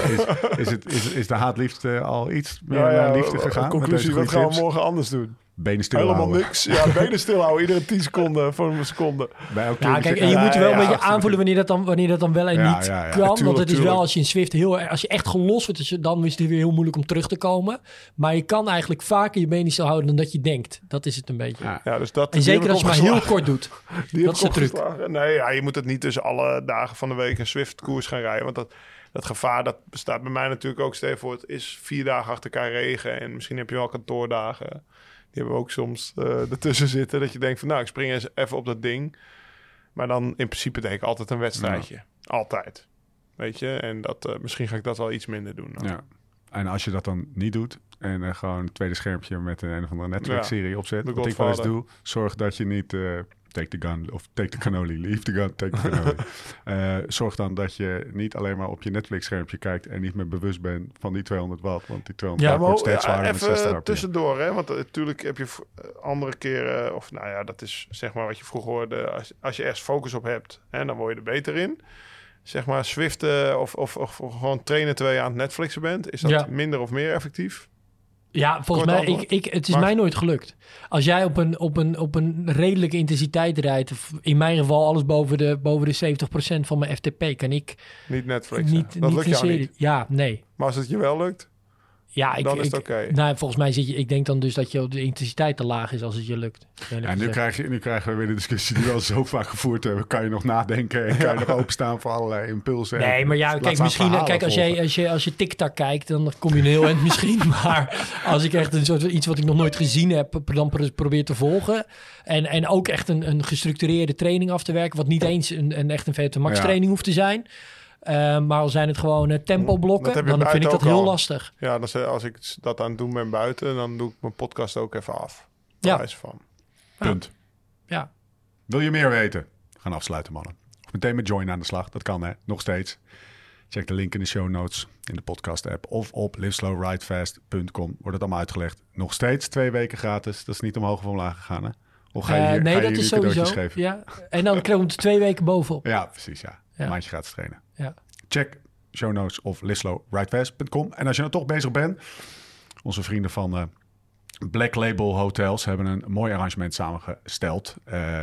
de haatliefde al iets meer naar liefde gegaan? Conclusie, met wat deze gaan goede we tips? morgen anders doen? Benen stil Helemaal houden. niks. Ja, benen stilhouden. Iedere 10 seconden voor een seconde. Bij elk Ja, keer kijk, dat en je moet er wel een beetje absoluut. aanvoelen wanneer dat dan wel en Ja, niet ja, ja. kan. Want Tuurlijk, het is wel tuurlijk. als je in Zwift als je echt gelost wordt, dan is het weer heel moeilijk om terug te komen. Maar je kan eigenlijk vaker je benen stil houden dan dat je denkt. Dat is het een beetje. Ja. Ja, dus dat, En die heb zeker ik als je maar heel opgeslagen. kort doet. Die heb Dat is de ik truc. opgeslagen. Nee, ja, je moet het niet tussen alle dagen van de week een Swift-koers gaan rijden. Want dat gevaar, dat bestaat bij mij natuurlijk ook. Stel je voor, het is 4 dagen achter elkaar regen. En misschien heb je wel kantoordagen. Die hebben we ook soms ertussen zitten. Dat je denkt van, nou, ik spring eens even op dat ding. Maar dan in principe denk ik altijd een wedstrijdje. Altijd. Weet je? En misschien ga ik dat wel iets minder doen. Dan. Ja. En als je dat dan niet doet en gewoon een tweede schermpje met een of andere Netflix-serie opzet, The wat ik wel eens Godfather. doe, zorg dat je niet take the gun of take the cannoli, leave the gun, take the cannoli. Zorg dan dat je niet alleen maar op je Netflix-schermpje kijkt en niet meer bewust bent van die 200 watt, want die 200 Ja, watt wordt steeds ja, zwaarder met 60 even rpm. tussendoor, hè? Want natuurlijk heb je andere keren, of nou ja, dat is zeg maar wat je vroeger hoorde. Als je ergens focus op hebt, hè, dan word je er beter in. Zeg maar Zwiften of gewoon trainen terwijl je aan het Netflixen bent. Is dat Ja. minder of meer effectief? Ja, volgens Kort mij, antwoord. het is Maar- mij nooit gelukt. Als jij op een redelijke intensiteit rijdt, of in mijn geval alles boven de 70% van mijn FTP, kan ik Niet Netflixen. niet dat lukt een jou serie. niet. Maar nee. Maar als het je wel lukt, Ja, dan is het oké. Nou, volgens mij ik denk dan dus dat de intensiteit te laag is als het je lukt. Ja, nu krijgen we weer de discussie die we al zo vaak gevoerd hebben. Kan je nog nadenken en kan je nog openstaan voor allerlei impulsen? Nee, maar ja, Laat kijk, staan misschien, verhalen kijk volgen. als je TikTok kijkt, dan kom je een heel eind misschien. Maar als ik echt een soort iets wat ik nog nooit gezien heb, dan probeer te volgen. En ook echt een gestructureerde training af te werken, wat niet eens een echt een VO2 Max Ja. training hoeft te zijn. Maar al zijn het gewoon tempo Dat blokken, heb je dan vind ik buiten dat ook heel al. lastig. Ja, als ik dat aan het doen ben buiten, dan doe ik mijn podcast ook even af. Bij Ja. wijze van. Punt. Ja. Wil je meer weten? Gaan afsluiten, mannen. Of meteen met Join aan de slag. Dat kan, hè? Nog steeds. Check de link in de show notes, in de podcast-app of op liveslowridefast.com. Wordt het allemaal uitgelegd. Nog steeds 2 weken gratis. Dat is niet omhoog of omlaag gegaan, hè? Of ga je hier, Nee, ga je dat hier is nu cadeautjes sowieso. geven? Ja. En dan krijg je 2 weken bovenop. Ja, precies, ja. Ja. Maandje gratis trainen. Ja. Check show notes of liveslowridefast.com. En als je nou toch bezig bent, onze vrienden van Black Label Hotels hebben een mooi arrangement samengesteld.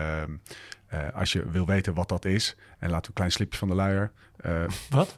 Als je wil weten wat dat is, en laten we een klein slipje van de luier. Wat?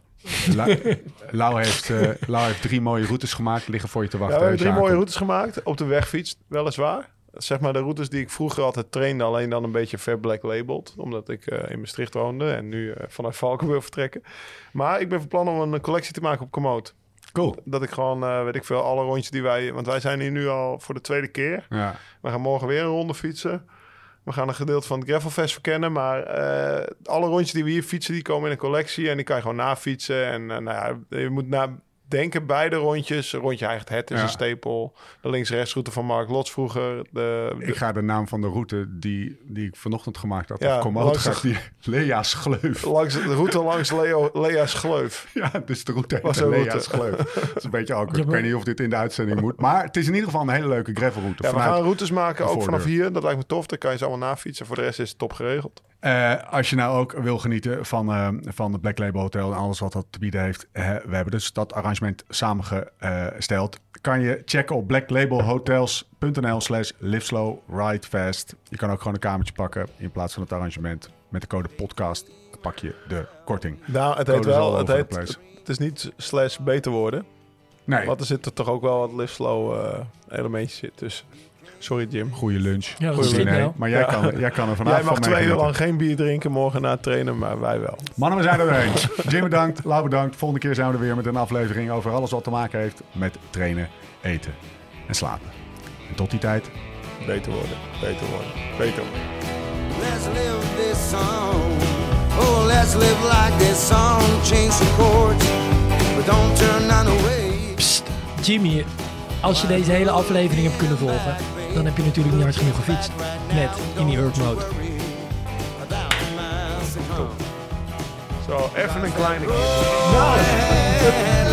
Lau heeft 3 mooie routes gemaakt, liggen voor je te Ja, wachten. we hebben als 3 je mooie aankomt. routes gemaakt. Op de wegfiets, weliswaar. Zeg maar de routes die ik vroeger altijd trainde, alleen dan een beetje ver black labeled. Omdat ik in Maastricht woonde en nu vanuit Valken wil vertrekken. Maar ik ben van plan om een collectie te maken op Komoot. Cool. Dat ik gewoon, weet ik veel, alle rondjes die wij... Want wij zijn hier nu al voor de 2e keer. Ja. We gaan morgen weer een ronde fietsen. We gaan een gedeelte van het Gravelfest verkennen. Maar alle rondjes die we hier fietsen, die komen in een collectie. En die kan je gewoon nafietsen. En nou ja, je moet denken bij de rondjes. Een rondje eigenlijk het is Ja. een stapel. De links-rechts route van Mark Lots vroeger. Ik ga de naam van de route die ik vanochtend gemaakt had. Ja, op Komoot langs gaat die Lea's Gleuf. langs de route langs Lea's Gleuf. Ja, dus de route Was heet een Lea's Gleuf. Dat is een beetje awkward. Ja, Ik maar- weet niet of dit in de uitzending moet. Maar het is in ieder geval een hele leuke gravelroute. Ja, we Vanuit- gaan routes maken, de ook vanaf voordeur. hier. Dat lijkt me tof. Dan kan je ze allemaal nafietsen. Voor de rest is het top geregeld. Als je nou ook wil genieten van de Black Label Hotel en alles wat dat te bieden heeft. We hebben dus dat arrangement samengesteld. Kan je checken op blacklabelhotels.nl/liveslowridefast. Je kan ook gewoon een kamertje pakken in plaats van het arrangement met de code podcast pak je de korting. Nou, het Code heet is all wel... over the place. Het is niet / beter worden. Nee, Want er zitten toch ook wel wat live slow elementjes in. Dus sorry Jim. goede lunch. Ja, wat Goeie is dit diner. nou? Maar jij kan er vanavond Jij mag van 2 uur meegenieten. lang geen bier drinken morgen na het trainen, maar wij wel. Mannen, we zijn er doorheen. Jim bedankt, Lau bedankt. Volgende keer zijn we er weer met een aflevering over alles wat te maken heeft met trainen, eten en slapen. En tot die tijd. Beter worden, beter worden, beter worden. Let's live this song. Oh, let's live like this song. Change some chords, but don't turn on away. Psst, Jimmy, als je deze hele aflevering hebt kunnen volgen, dan heb je natuurlijk niet hard genoeg gefietst. Net in die Earth Mode. Zo, even een kleine keer. Let's